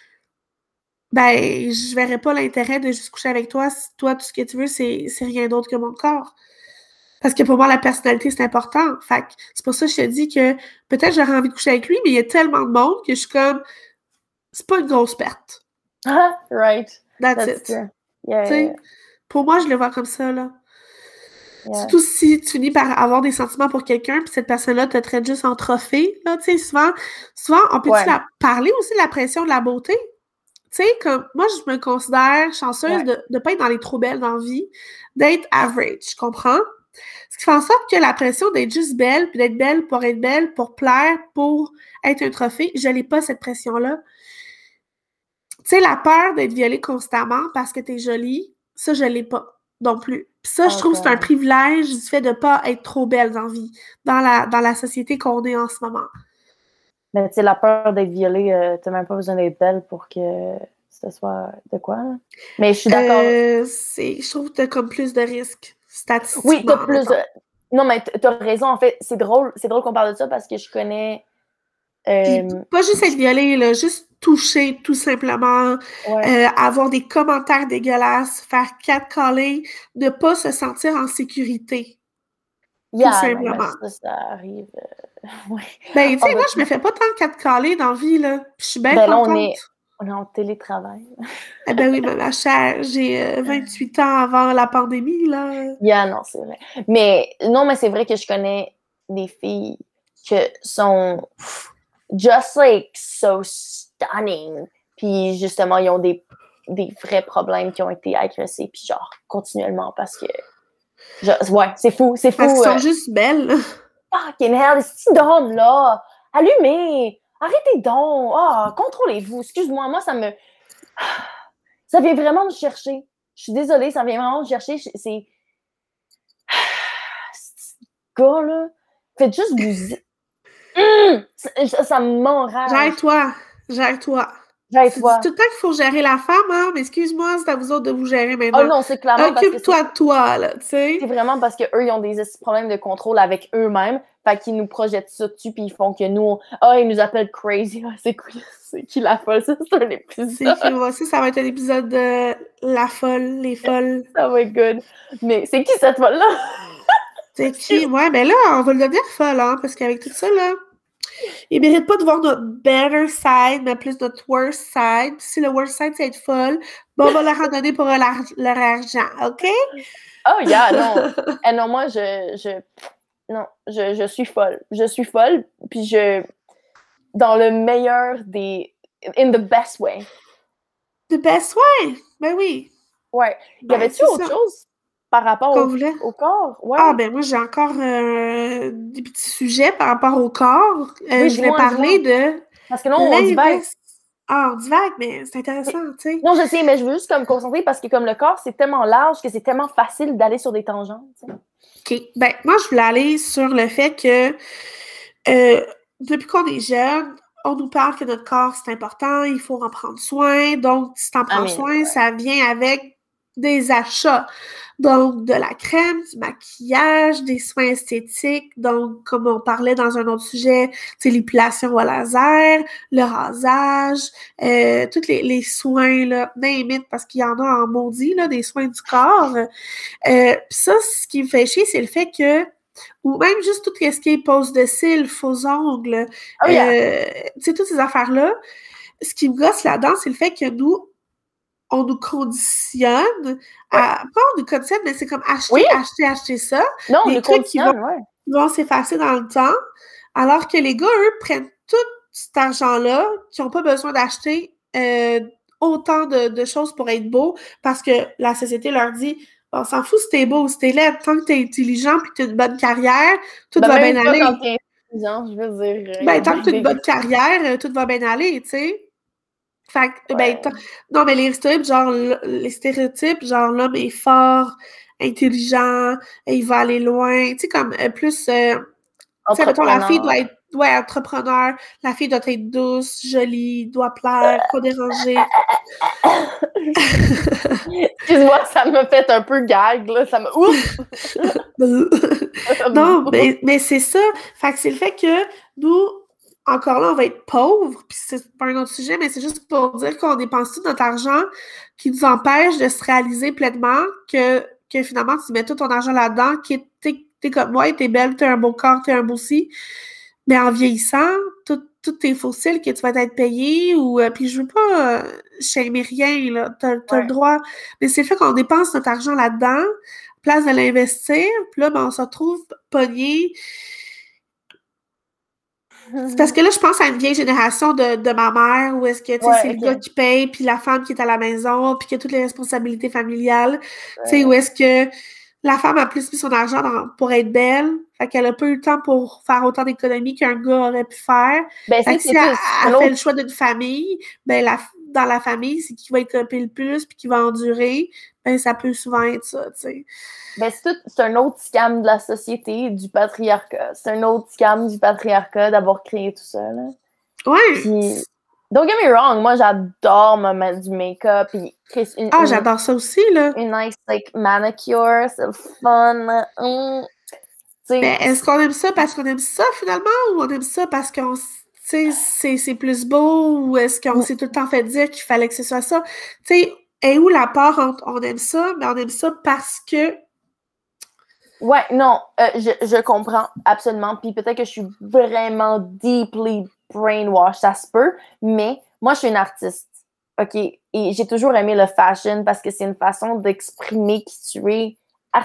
ben, je verrais pas l'intérêt de juste coucher avec toi si toi, tout ce que tu veux, c'est, c'est rien d'autre que mon corps. Parce que pour moi, la personnalité, c'est important. Fait que c'est pour ça que je te dis que peut-être j'aurais envie de coucher avec lui, mais il y a tellement de monde que je suis comme, c'est pas une grosse perte. Ah, right. That's, That's it. true. Yeah, yeah, yeah. Pour moi, je le vois comme ça, là. Yeah. Surtout si tu finis par avoir des sentiments pour quelqu'un, puis cette personne-là te traite juste en trophée, là, tu sais, souvent, souvent, on peut-tu Ouais. la parler aussi de la pression de la beauté? Tu sais, comme, moi, je me considère chanceuse Ouais. de ne pas être dans les trop belles dans la vie, d'être average, je comprends? Ce qui fait en sorte que la pression d'être juste belle, puis d'être belle pour être belle, pour plaire, pour être un trophée, je n'ai pas cette pression-là. Tu sais, la peur d'être violée constamment parce que t'es jolie, ça, je l'ai pas non plus. Puis ça, je Oh, trouve que c'est un God. privilège du fait de pas être trop belle dans la vie, dans la, dans la société qu'on est en ce moment. Mais tu sais, la peur d'être violée, euh, t'as même pas besoin d'être belle pour que ce soit de quoi, là. Mais je suis d'accord. Euh, c'est, je trouve que t'as comme plus de risques, statistiquement. Oui, t'as plus... mettons. Non, mais t'as raison, en fait. C'est drôle, c'est drôle qu'on parle de ça parce que je connais... Puis, Euh... pas juste être violée, là, juste toucher, tout simplement, Ouais. euh, avoir des commentaires dégueulasses, faire catcaller, ne pas se sentir en sécurité. Yeah, tout non, mais simplement. ça, ça arrive. Euh... Ouais. Ben, tu sais, Oh, moi, je me fais pas tant de catcaller dans la vie, là. Puis je suis bien ben là, contente. on est, on est en télétravail. Eh ben oui, mais ma chère, j'ai euh, vingt-huit ans avant la pandémie, là. Yeah, non, c'est vrai. Mais non, mais c'est vrai que je connais des filles que sont... just like so stunning. Puis justement, ils ont des, des vrais problèmes qui ont été agressés, puis genre, continuellement, parce que... Genre, ouais, c'est fou, c'est fou. Parce qu'ils sont euh... juste belles. Fucking hell, les petits d'hommes, là! Allumez! Arrêtez donc! Ah, oh, contrôlez-vous! Excuse-moi, moi, ça me... Ça vient vraiment me chercher. Je suis désolée, ça vient vraiment me chercher. C'est... Ce gars-là, faites juste vous... Mmh! Ça, ça m'enrage. Gère-toi, gère-toi. Gère-toi. C'est tout le temps qu'il faut gérer la femme, hein, mais excuse-moi, c'est à vous autres de vous gérer maintenant. Oh non, c'est clairement Occupe-toi parce que de toi, là, tu sais. C'est vraiment parce qu'eux, ils ont des problèmes de contrôle avec eux-mêmes, fait qu'ils nous projettent ça dessus, puis ils font que nous, ah, oh, ils nous appellent crazy. Ah, c'est qui, c'est qui la folle? Ça, c'est un épisode. C'est qui, voici, ça va être un épisode de La folle, les folles. Ça va être good. Mais c'est qui cette folle-là? C'est qui? Ouais, ben là, on va le devenir folle, hein, parce qu'avec tout ça, là, ils méritent pas de voir notre better side, mais plus notre worst side. Puis si le worst side, c'est être folle, ben on va leur en donner pour leur, leur argent, OK? Oh, yeah, non. Eh, non, moi, je, je... Non, je, je suis folle. Je suis folle, puis je... Dans le meilleur des... In the best way. The best way? Ben oui. Ouais. Y Ben, avait-tu autre ça. chose par rapport au, au corps? Ouais. Ah, ben moi, j'ai encore euh, des petits sujets par rapport au corps. Euh, oui, je voulais parler de... Parce que là, on divague. Ah, on divague, mais c'est intéressant, tu sais. Non, je sais, mais je veux juste comme me concentrer parce que comme le corps, c'est tellement large que c'est tellement facile d'aller sur des tangentes. T'sais. OK. Ben, moi, je voulais aller sur le fait que euh, depuis qu'on est jeune, on nous parle que notre corps, c'est important, il faut en prendre soin. Donc, si t'en prends I mean, soin, ouais. ça vient avec des achats. Donc, de la crème, du maquillage, des soins esthétiques. Donc, comme on parlait dans un autre sujet, c'est l'épilation au laser, le rasage, euh, tous les, les soins, là, name it, parce qu'il y en a en maudit, là, des soins du corps. Euh, Puis ça, ce qui me fait chier, c'est le fait que ou même juste tout ce qui est pose de cils, faux ongles, oh yeah. euh, tu sais, toutes ces affaires-là, ce qui me gosse là-dedans, c'est le fait que nous, on nous conditionne ouais. à... Pas on nous conditionne, mais c'est comme acheter, oui. acheter, acheter ça. Non, on des nous trucs qui vont, ouais. vont s'effacer dans le temps, alors que les gars, eux, prennent tout cet argent-là, qui n'ont pas besoin d'acheter euh, autant de, de choses pour être beaux, parce que la société leur dit... On s'en fout si t'es beau ou si t'es laide. Tant que t'es intelligent et que t'as une bonne carrière, tout ben, va même bien pas aller. Quand t'es intelligent, je veux dire. Ben, tant que t'as une bonne carrière, tout va bien aller, tu sais. Fait que, ouais. ben, non, mais les stéréotypes, genre, les stéréotypes, genre, l'homme est fort, intelligent, il va aller loin. Tu sais, comme euh, plus. Euh, tu sais, mettons, la fille doit être ouais, entrepreneur, la fille doit être douce, jolie, doit plaire, pas déranger. Excuse-moi, ça me fait un peu gag, là. Ça me. Ouf! non, mais, mais c'est ça. Fait que c'est le fait que nous, encore là, on va être pauvres, puis c'est pas un autre sujet, mais c'est juste pour dire qu'on dépense tout notre argent qui nous empêche de se réaliser pleinement que, que finalement, tu mets tout ton argent là-dedans, qui t'es, t'es comme moi, t'es belle, t'as un beau corps, t'es un beau si. Mais en vieillissant, tous tes fossiles que tu vas être payé ou euh, puis je veux pas euh, shamer rien, là. T'as, t'as ouais. le droit. Mais c'est le fait qu'on dépense notre argent là-dedans, place de l'investir, puis là, ben, on se retrouve pogné. C'est parce que là, je pense à une vieille génération de, de ma mère où est-ce que, tu sais, ouais, c'est okay. le gars qui paye, puis la femme qui est à la maison, puis qui a toutes les responsabilités familiales. Ouais. Tu sais, où est-ce que la femme a plus mis son argent dans, pour être belle, fait qu'elle a pas eu le temps pour faire autant d'économies qu'un gars aurait pu faire. Ben, fait c'est, que si c'est elle, elle fait le choix d'une famille, ben la, dans la famille, c'est qui va écoper le plus puis qui va endurer, ben ça peut souvent être ça, tu sais. Ben, c'est, tout, c'est un autre scam de la société, du patriarcat. C'est un autre scam du patriarcat d'avoir créé tout ça, là. Ouais. Puis, don't get me wrong, moi, j'adore me mettre du make-up. Puis, une, ah, une, j'adore ça aussi, là. Une nice, like, manicure, c'est le fun. Mmh. Mais est-ce qu'on aime ça parce qu'on aime ça, finalement, ou on aime ça parce qu'on... Tu sais, c'est, c'est plus beau, ou est-ce qu'on mmh. s'est tout le temps fait dire qu'il fallait que ce soit ça? Tu sais, et où la part entre on aime ça, mais on aime ça parce que... Ouais, non, euh, je, je comprends absolument. Puis peut-être que je suis vraiment deeply brainwashed, ça se peut, mais moi, je suis une artiste, OK? Et j'ai toujours aimé le fashion parce que c'est une façon d'exprimer qui tu es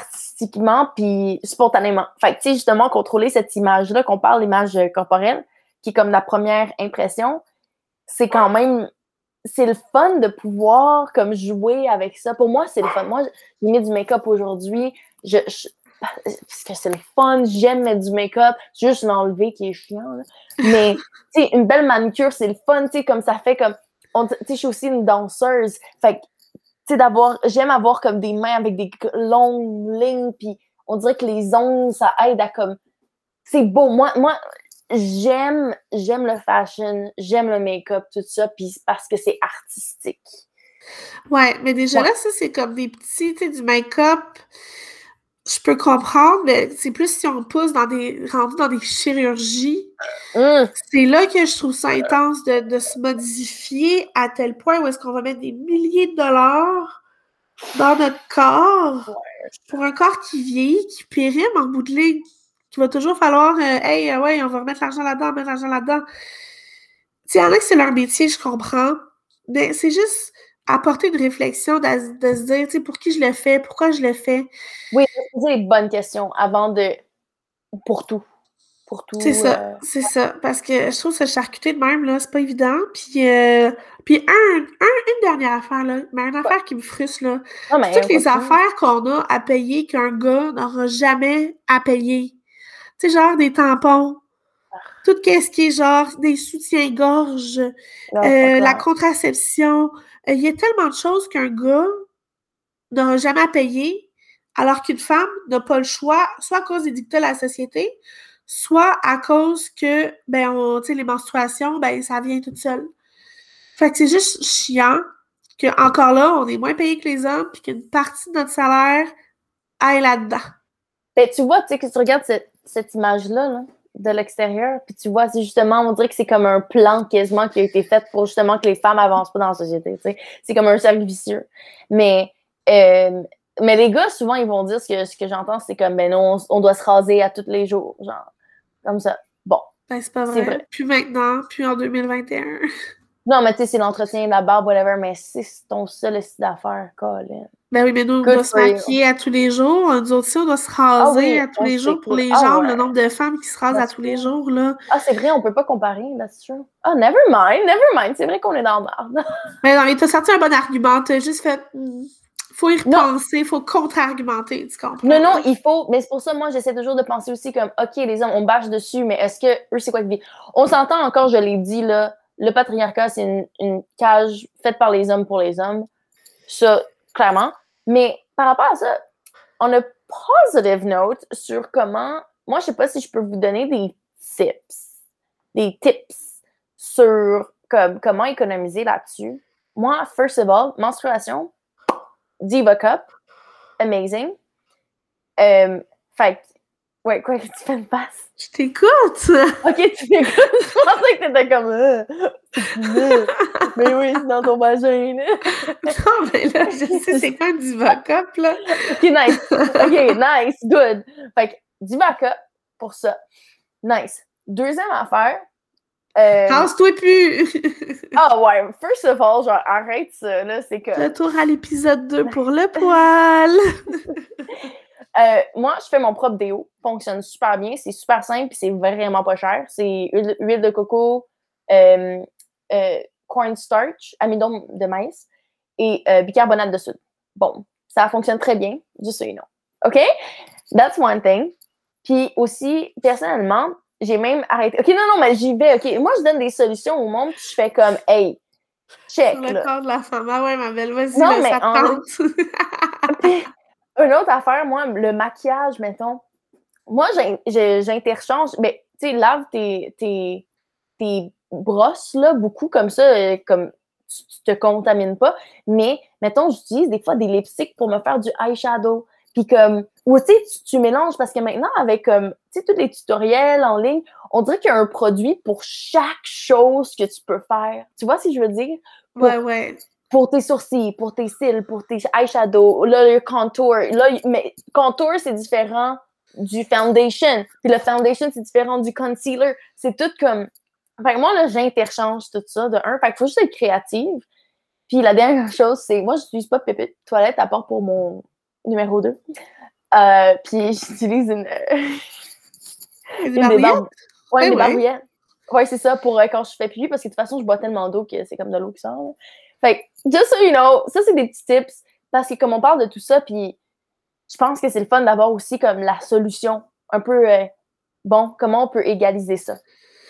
artistiquement puis spontanément. Fait que, tu sais, justement, contrôler cette image-là, qu'on parle d'image corporelle, qui est comme la première impression, c'est quand même, c'est le fun de pouvoir comme jouer avec ça. Pour moi, c'est le fun. Moi, j'ai mis du make-up aujourd'hui, je, je parce que c'est le fun, j'aime mettre du make-up, juste l'enlever qui est chiant, là. Mais, tu sais, une belle manucure, c'est le fun, tu sais, comme ça fait comme, tu sais, je suis aussi une danseuse, fait que, tu sais, d'avoir, j'aime avoir comme des mains avec des longues lignes, puis on dirait que les ongles, ça aide à comme, c'est beau, moi, moi, j'aime, j'aime le fashion, j'aime le make-up, tout ça, puis parce que c'est artistique. Ouais, mais déjà Ouais. là, ça, c'est comme des petits, tu sais, du make-up. Je peux comprendre, mais c'est plus si on pousse dans des, rendu dans des chirurgies. Mm. C'est là que je trouve ça intense de, de se modifier à tel point où est-ce qu'on va mettre des milliers de dollars dans notre corps Ouais. pour un corps qui vieillit, qui périme en bout de ligne, qu'il va toujours falloir, euh, hey, euh, ouais, on va remettre l'argent là-dedans, mettre l'argent là-dedans. Tu sais, il y en a que c'est leur métier, je comprends, mais c'est juste apporter une réflexion, de, de se dire, tu sais, pour qui je le fais, pourquoi je le fais. Oui, poser les bonnes questions avant de... Pour tout. Pour tout. C'est ça, Euh... c'est ça. Parce que je trouve se charcuter de même, là, c'est pas évident. Puis, euh, puis un, un, une dernière affaire, là, mais une affaire qui me frustre, là. Non, C'est mais toutes les continue. affaires qu'on a à payer qu'un gars n'aura jamais à payer. Tu sais, genre des tampons, tout ce qui est genre des soutiens-gorge, Non, euh, fuck la that. contraception. Euh, Il y a tellement de choses qu'un gars n'aura jamais à payer, alors qu'une femme n'a pas le choix, soit à cause des dictats de la société, soit à cause que, ben, on, tu sais, les menstruations, ben, ça vient tout seul. Fait que c'est juste chiant que, encore là, on est moins payé que les hommes, puis qu'une partie de notre salaire aille là-dedans. Ben, tu vois, tu sais, que tu regardes cette, cette image-là, là, de l'extérieur, puis tu vois, c'est justement, on dirait que c'est comme un plan quasiment qui a été fait pour justement que les femmes avancent pas dans la société, tu sais. C'est comme un cercle vicieux. Mais, euh, mais les gars, souvent, ils vont dire, ce que, ce que j'entends, c'est comme, ben non, on, on doit se raser à tous les jours, genre, comme ça. Bon, Ben, c'est pas c'est vrai. vrai. Puis maintenant, puis en deux mille vingt et un. Non, mais tu sais, c'est l'entretien de la barbe, whatever, mais c'est ton seul style d'affaires, Colin. Ben oui, mais nous, on Good doit se for you. maquiller à tous les jours. Nous autres aussi, on doit se Ah raser oui, à tous on les jours pour s'équipe. les Ah jambes, ouais, le nombre de femmes qui se rasent à that's tous les true. jours, là. Ah, c'est vrai, on peut pas comparer, that's true. Ah, never mind, never mind, c'est vrai qu'on est dans la merde. Mais non, mais t'as sorti un bon argument, t'as juste fait... hmm, faut y Non, repenser, faut contre-argumenter, tu comprends? non, non, il faut, mais c'est pour ça, moi, j'essaie toujours de penser aussi comme, OK, les hommes, on bâche dessus, mais est-ce que eux, c'est quoi qu'ils vivent? On s'entend encore, je l'ai dit, là, le patriarcat, c'est une, une cage faite par les hommes pour les hommes. Ça, clairement. Mais par rapport à ça, on a positive note sur comment, moi, je sais pas si je peux vous donner des tips, des tips sur comme, comment économiser là-dessus. Moi, first of all, menstruation, Diva Cup, amazing. Euh, fait que, ouais, quoi que tu fais une face? Je t'écoute! Ok, tu m'écoutes. Je pensais que t'étais comme, euh, mais oui, c'est dans ton vagin, là. Non, mais là, je sais c'est quoi un Diva Cup, là. Ok, nice. Ok, nice, good. Fait que, Diva Cup pour ça. Nice. Deuxième affaire. Euh... Rase-toi plus! Ah ouais, first of all, genre, arrête ça, là, c'est que... Retour à l'épisode deux pour le poil! Euh, moi, je fais mon propre déo. Fonctionne super bien. C'est super simple et c'est vraiment pas cher. C'est huile, huile de coco, euh, euh, cornstarch, amidon de maïs et euh, bicarbonate de soude. Bon, ça fonctionne très bien, juste so you know. OK? That's one thing. Puis aussi, personnellement, j'ai même arrêté. OK, non, non, mais j'y vais. OK, moi, je donne des solutions au monde puis je fais comme, hey, check, Sur le là. corps de la femme. Ah ouais, ma belle, vas-y, Non, là, mais ça te en... tente. Puis, une autre affaire, moi, le maquillage, mettons. Moi, j'interchange. Mais, tu sais, lave tes, tes, tes brosses, là, beaucoup comme ça, euh, comme tu, tu te contamines pas. Mais, mettons, j'utilise des fois des lipsticks pour me faire du eyeshadow. Puis comme, ou tu sais, tu, tu mélanges parce que maintenant, avec, comme, tu sais, tous les tutoriels en ligne, on dirait qu'il y a un produit pour chaque chose que tu peux faire. Tu vois ce que je veux dire? Pour, Ouais, ouais. Pour tes sourcils, pour tes cils, pour tes eyeshadows, là, le contour. Là, mais contour, c'est différent du foundation. Puis le foundation, c'est différent du concealer. C'est tout comme... Fait que moi, là, j'interchange tout ça de un. Fait qu'il faut juste être créative. Puis la dernière chose, c'est... Moi, j'utilise pas de pépite toilette à part pour mon numéro deux. Euh, puis j'utilise une... Des une des barbouillettes? barbouillettes. Ouais, Ben une des ouais. barbouillettes. Ouais, c'est ça, pour euh, quand je fais pipi, parce que de toute façon, je bois tellement d'eau que c'est comme de l'eau qui sort. Là. Fait que, just so you know, ça, c'est des petits tips, parce que comme on parle de tout ça, puis je pense que c'est le fun d'avoir aussi comme la solution, un peu, euh, bon, comment on peut égaliser ça?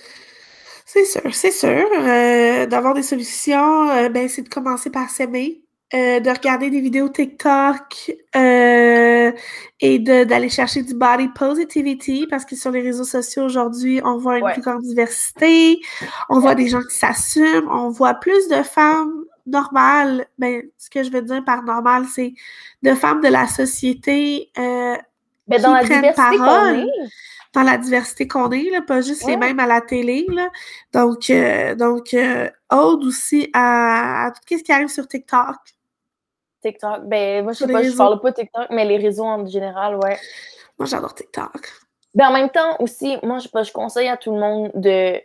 C'est sûr, c'est sûr. Euh, d'avoir des solutions, euh, ben, c'est de commencer par s'aimer, euh, de regarder des vidéos TikTok euh, et de, d'aller chercher du body positivity parce que sur les réseaux sociaux aujourd'hui, on voit une Ouais. plus grande diversité, on voit Yeah. des gens qui s'assument, on voit plus de femmes normales. Ben, ce que je veux dire par normal, c'est de femmes de la société euh, Mais dans qui la prennent diversité qu'on est, parole dans la diversité qu'on est, là, pas juste les ouais, mêmes à la télé. Là. Donc, euh, donc euh, ode aussi à, à tout ce qui arrive sur TikTok, TikTok, ben moi, je sur sais les pas, je réseaux. parle pas de TikTok, mais les réseaux en général, ouais. Moi, j'adore TikTok. Ben en même temps, aussi, moi, je, je conseille à tout le monde de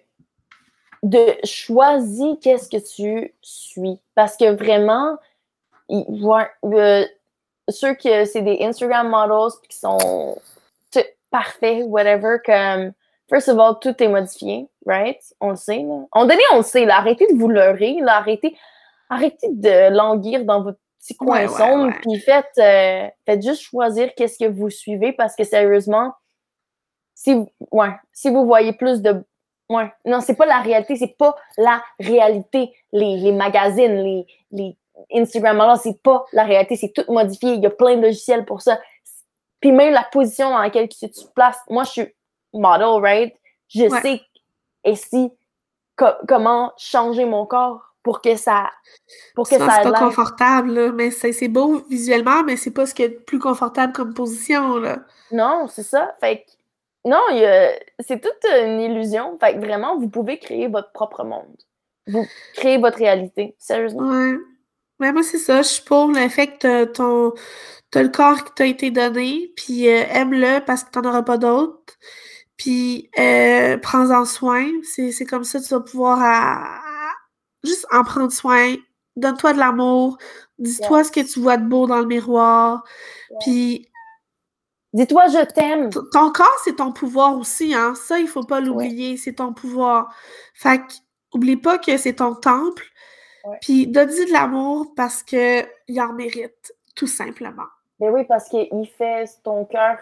de choisir qu'est-ce que tu suis. Parce que vraiment, ils, ouais, euh, ceux que c'est des Instagram models qui sont parfaits, whatever, comme, first of all, tout est modifié, right? On le sait, là. On donné, on le sait, là. Arrêtez de vous leurrer, là. Arrêtez, arrêtez de languir dans votre petit coin Ouais, ouais, sombre, ouais. puis faites, euh, faites juste choisir qu'est-ce que vous suivez, parce que sérieusement, si, ouais, si vous voyez plus de ouais. Non, c'est pas la réalité, c'est pas la réalité. Les, les magazines, les, les Instagram, alors c'est pas la réalité, c'est tout modifié. Il y a plein de logiciels pour ça. Puis même la position dans laquelle tu te places. Moi, je suis model, right? Je Ouais. sais et si co- comment changer mon corps pour que ça pour que Souvent, ça c'est ait pas l'air. confortable, là, mais c'est, c'est beau visuellement, mais c'est pas ce qui est le plus confortable comme position, là. Non, c'est ça. Fait que non, il y a... c'est toute une illusion. Fait que vraiment, vous pouvez créer votre propre monde. Vous créez votre réalité. Sérieusement. Ouais. Mais moi, c'est ça. Je suis pour le fait que t'as ton, t'as le corps qui t'a été donné, puis euh, aime-le parce que t'en auras pas d'autre. Puis euh, prends-en soin. C'est, c'est comme ça que tu vas pouvoir à- à- juste en prendre soin. Donne-toi de l'amour. Dis-toi ce que Yes. tu vois de beau dans le miroir. Yes. Puis Dis-toi, je t'aime. t- ton corps, c'est ton pouvoir aussi, hein. Ça, il faut pas Ouais. l'oublier. C'est ton pouvoir. Fait que, oublie pas que c'est ton temple. Ouais. Puis donne-lui de l'amour parce que il en mérite, tout simplement. Ben oui, parce qu'il fait ton cœur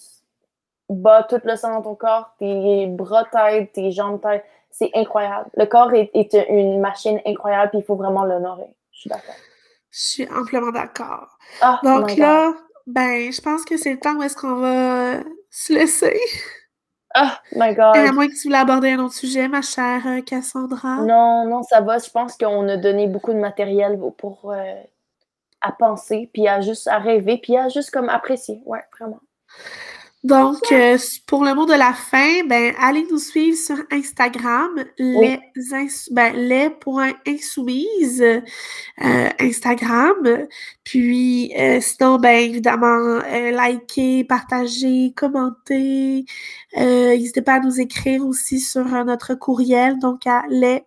bat tout le sang dans ton corps, tes bras t'aident, tes jambes t'aident. C'est incroyable. Le corps est, est une machine incroyable, puis il faut vraiment l'honorer. Je suis d'accord. Je suis amplement d'accord. Oh Donc my God. là, ben, je pense que c'est le temps où est-ce qu'on va se laisser. Oh my Et à God. moins que tu voulais aborder un autre sujet, ma chère euh, Cassandra. Non, non, ça va. Je pense qu'on a donné beaucoup de matériel pour euh, à penser, puis à juste à rêver, puis à juste comme apprécier. Ouais, vraiment. Donc, euh, pour le mot de la fin, ben, allez nous suivre sur Instagram, Oui. les, ins- ben, les.insoumises, euh, Instagram. Puis, euh, sinon, ben, évidemment, euh, likez, partagez, commentez. Euh, n'hésitez pas à nous écrire aussi sur euh, notre courriel, donc à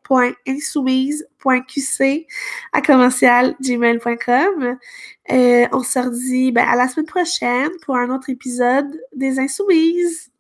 les.insoumises.qc à commercial gmail point com. Euh, on se redit ben, à la semaine prochaine pour un autre épisode des Insoumises.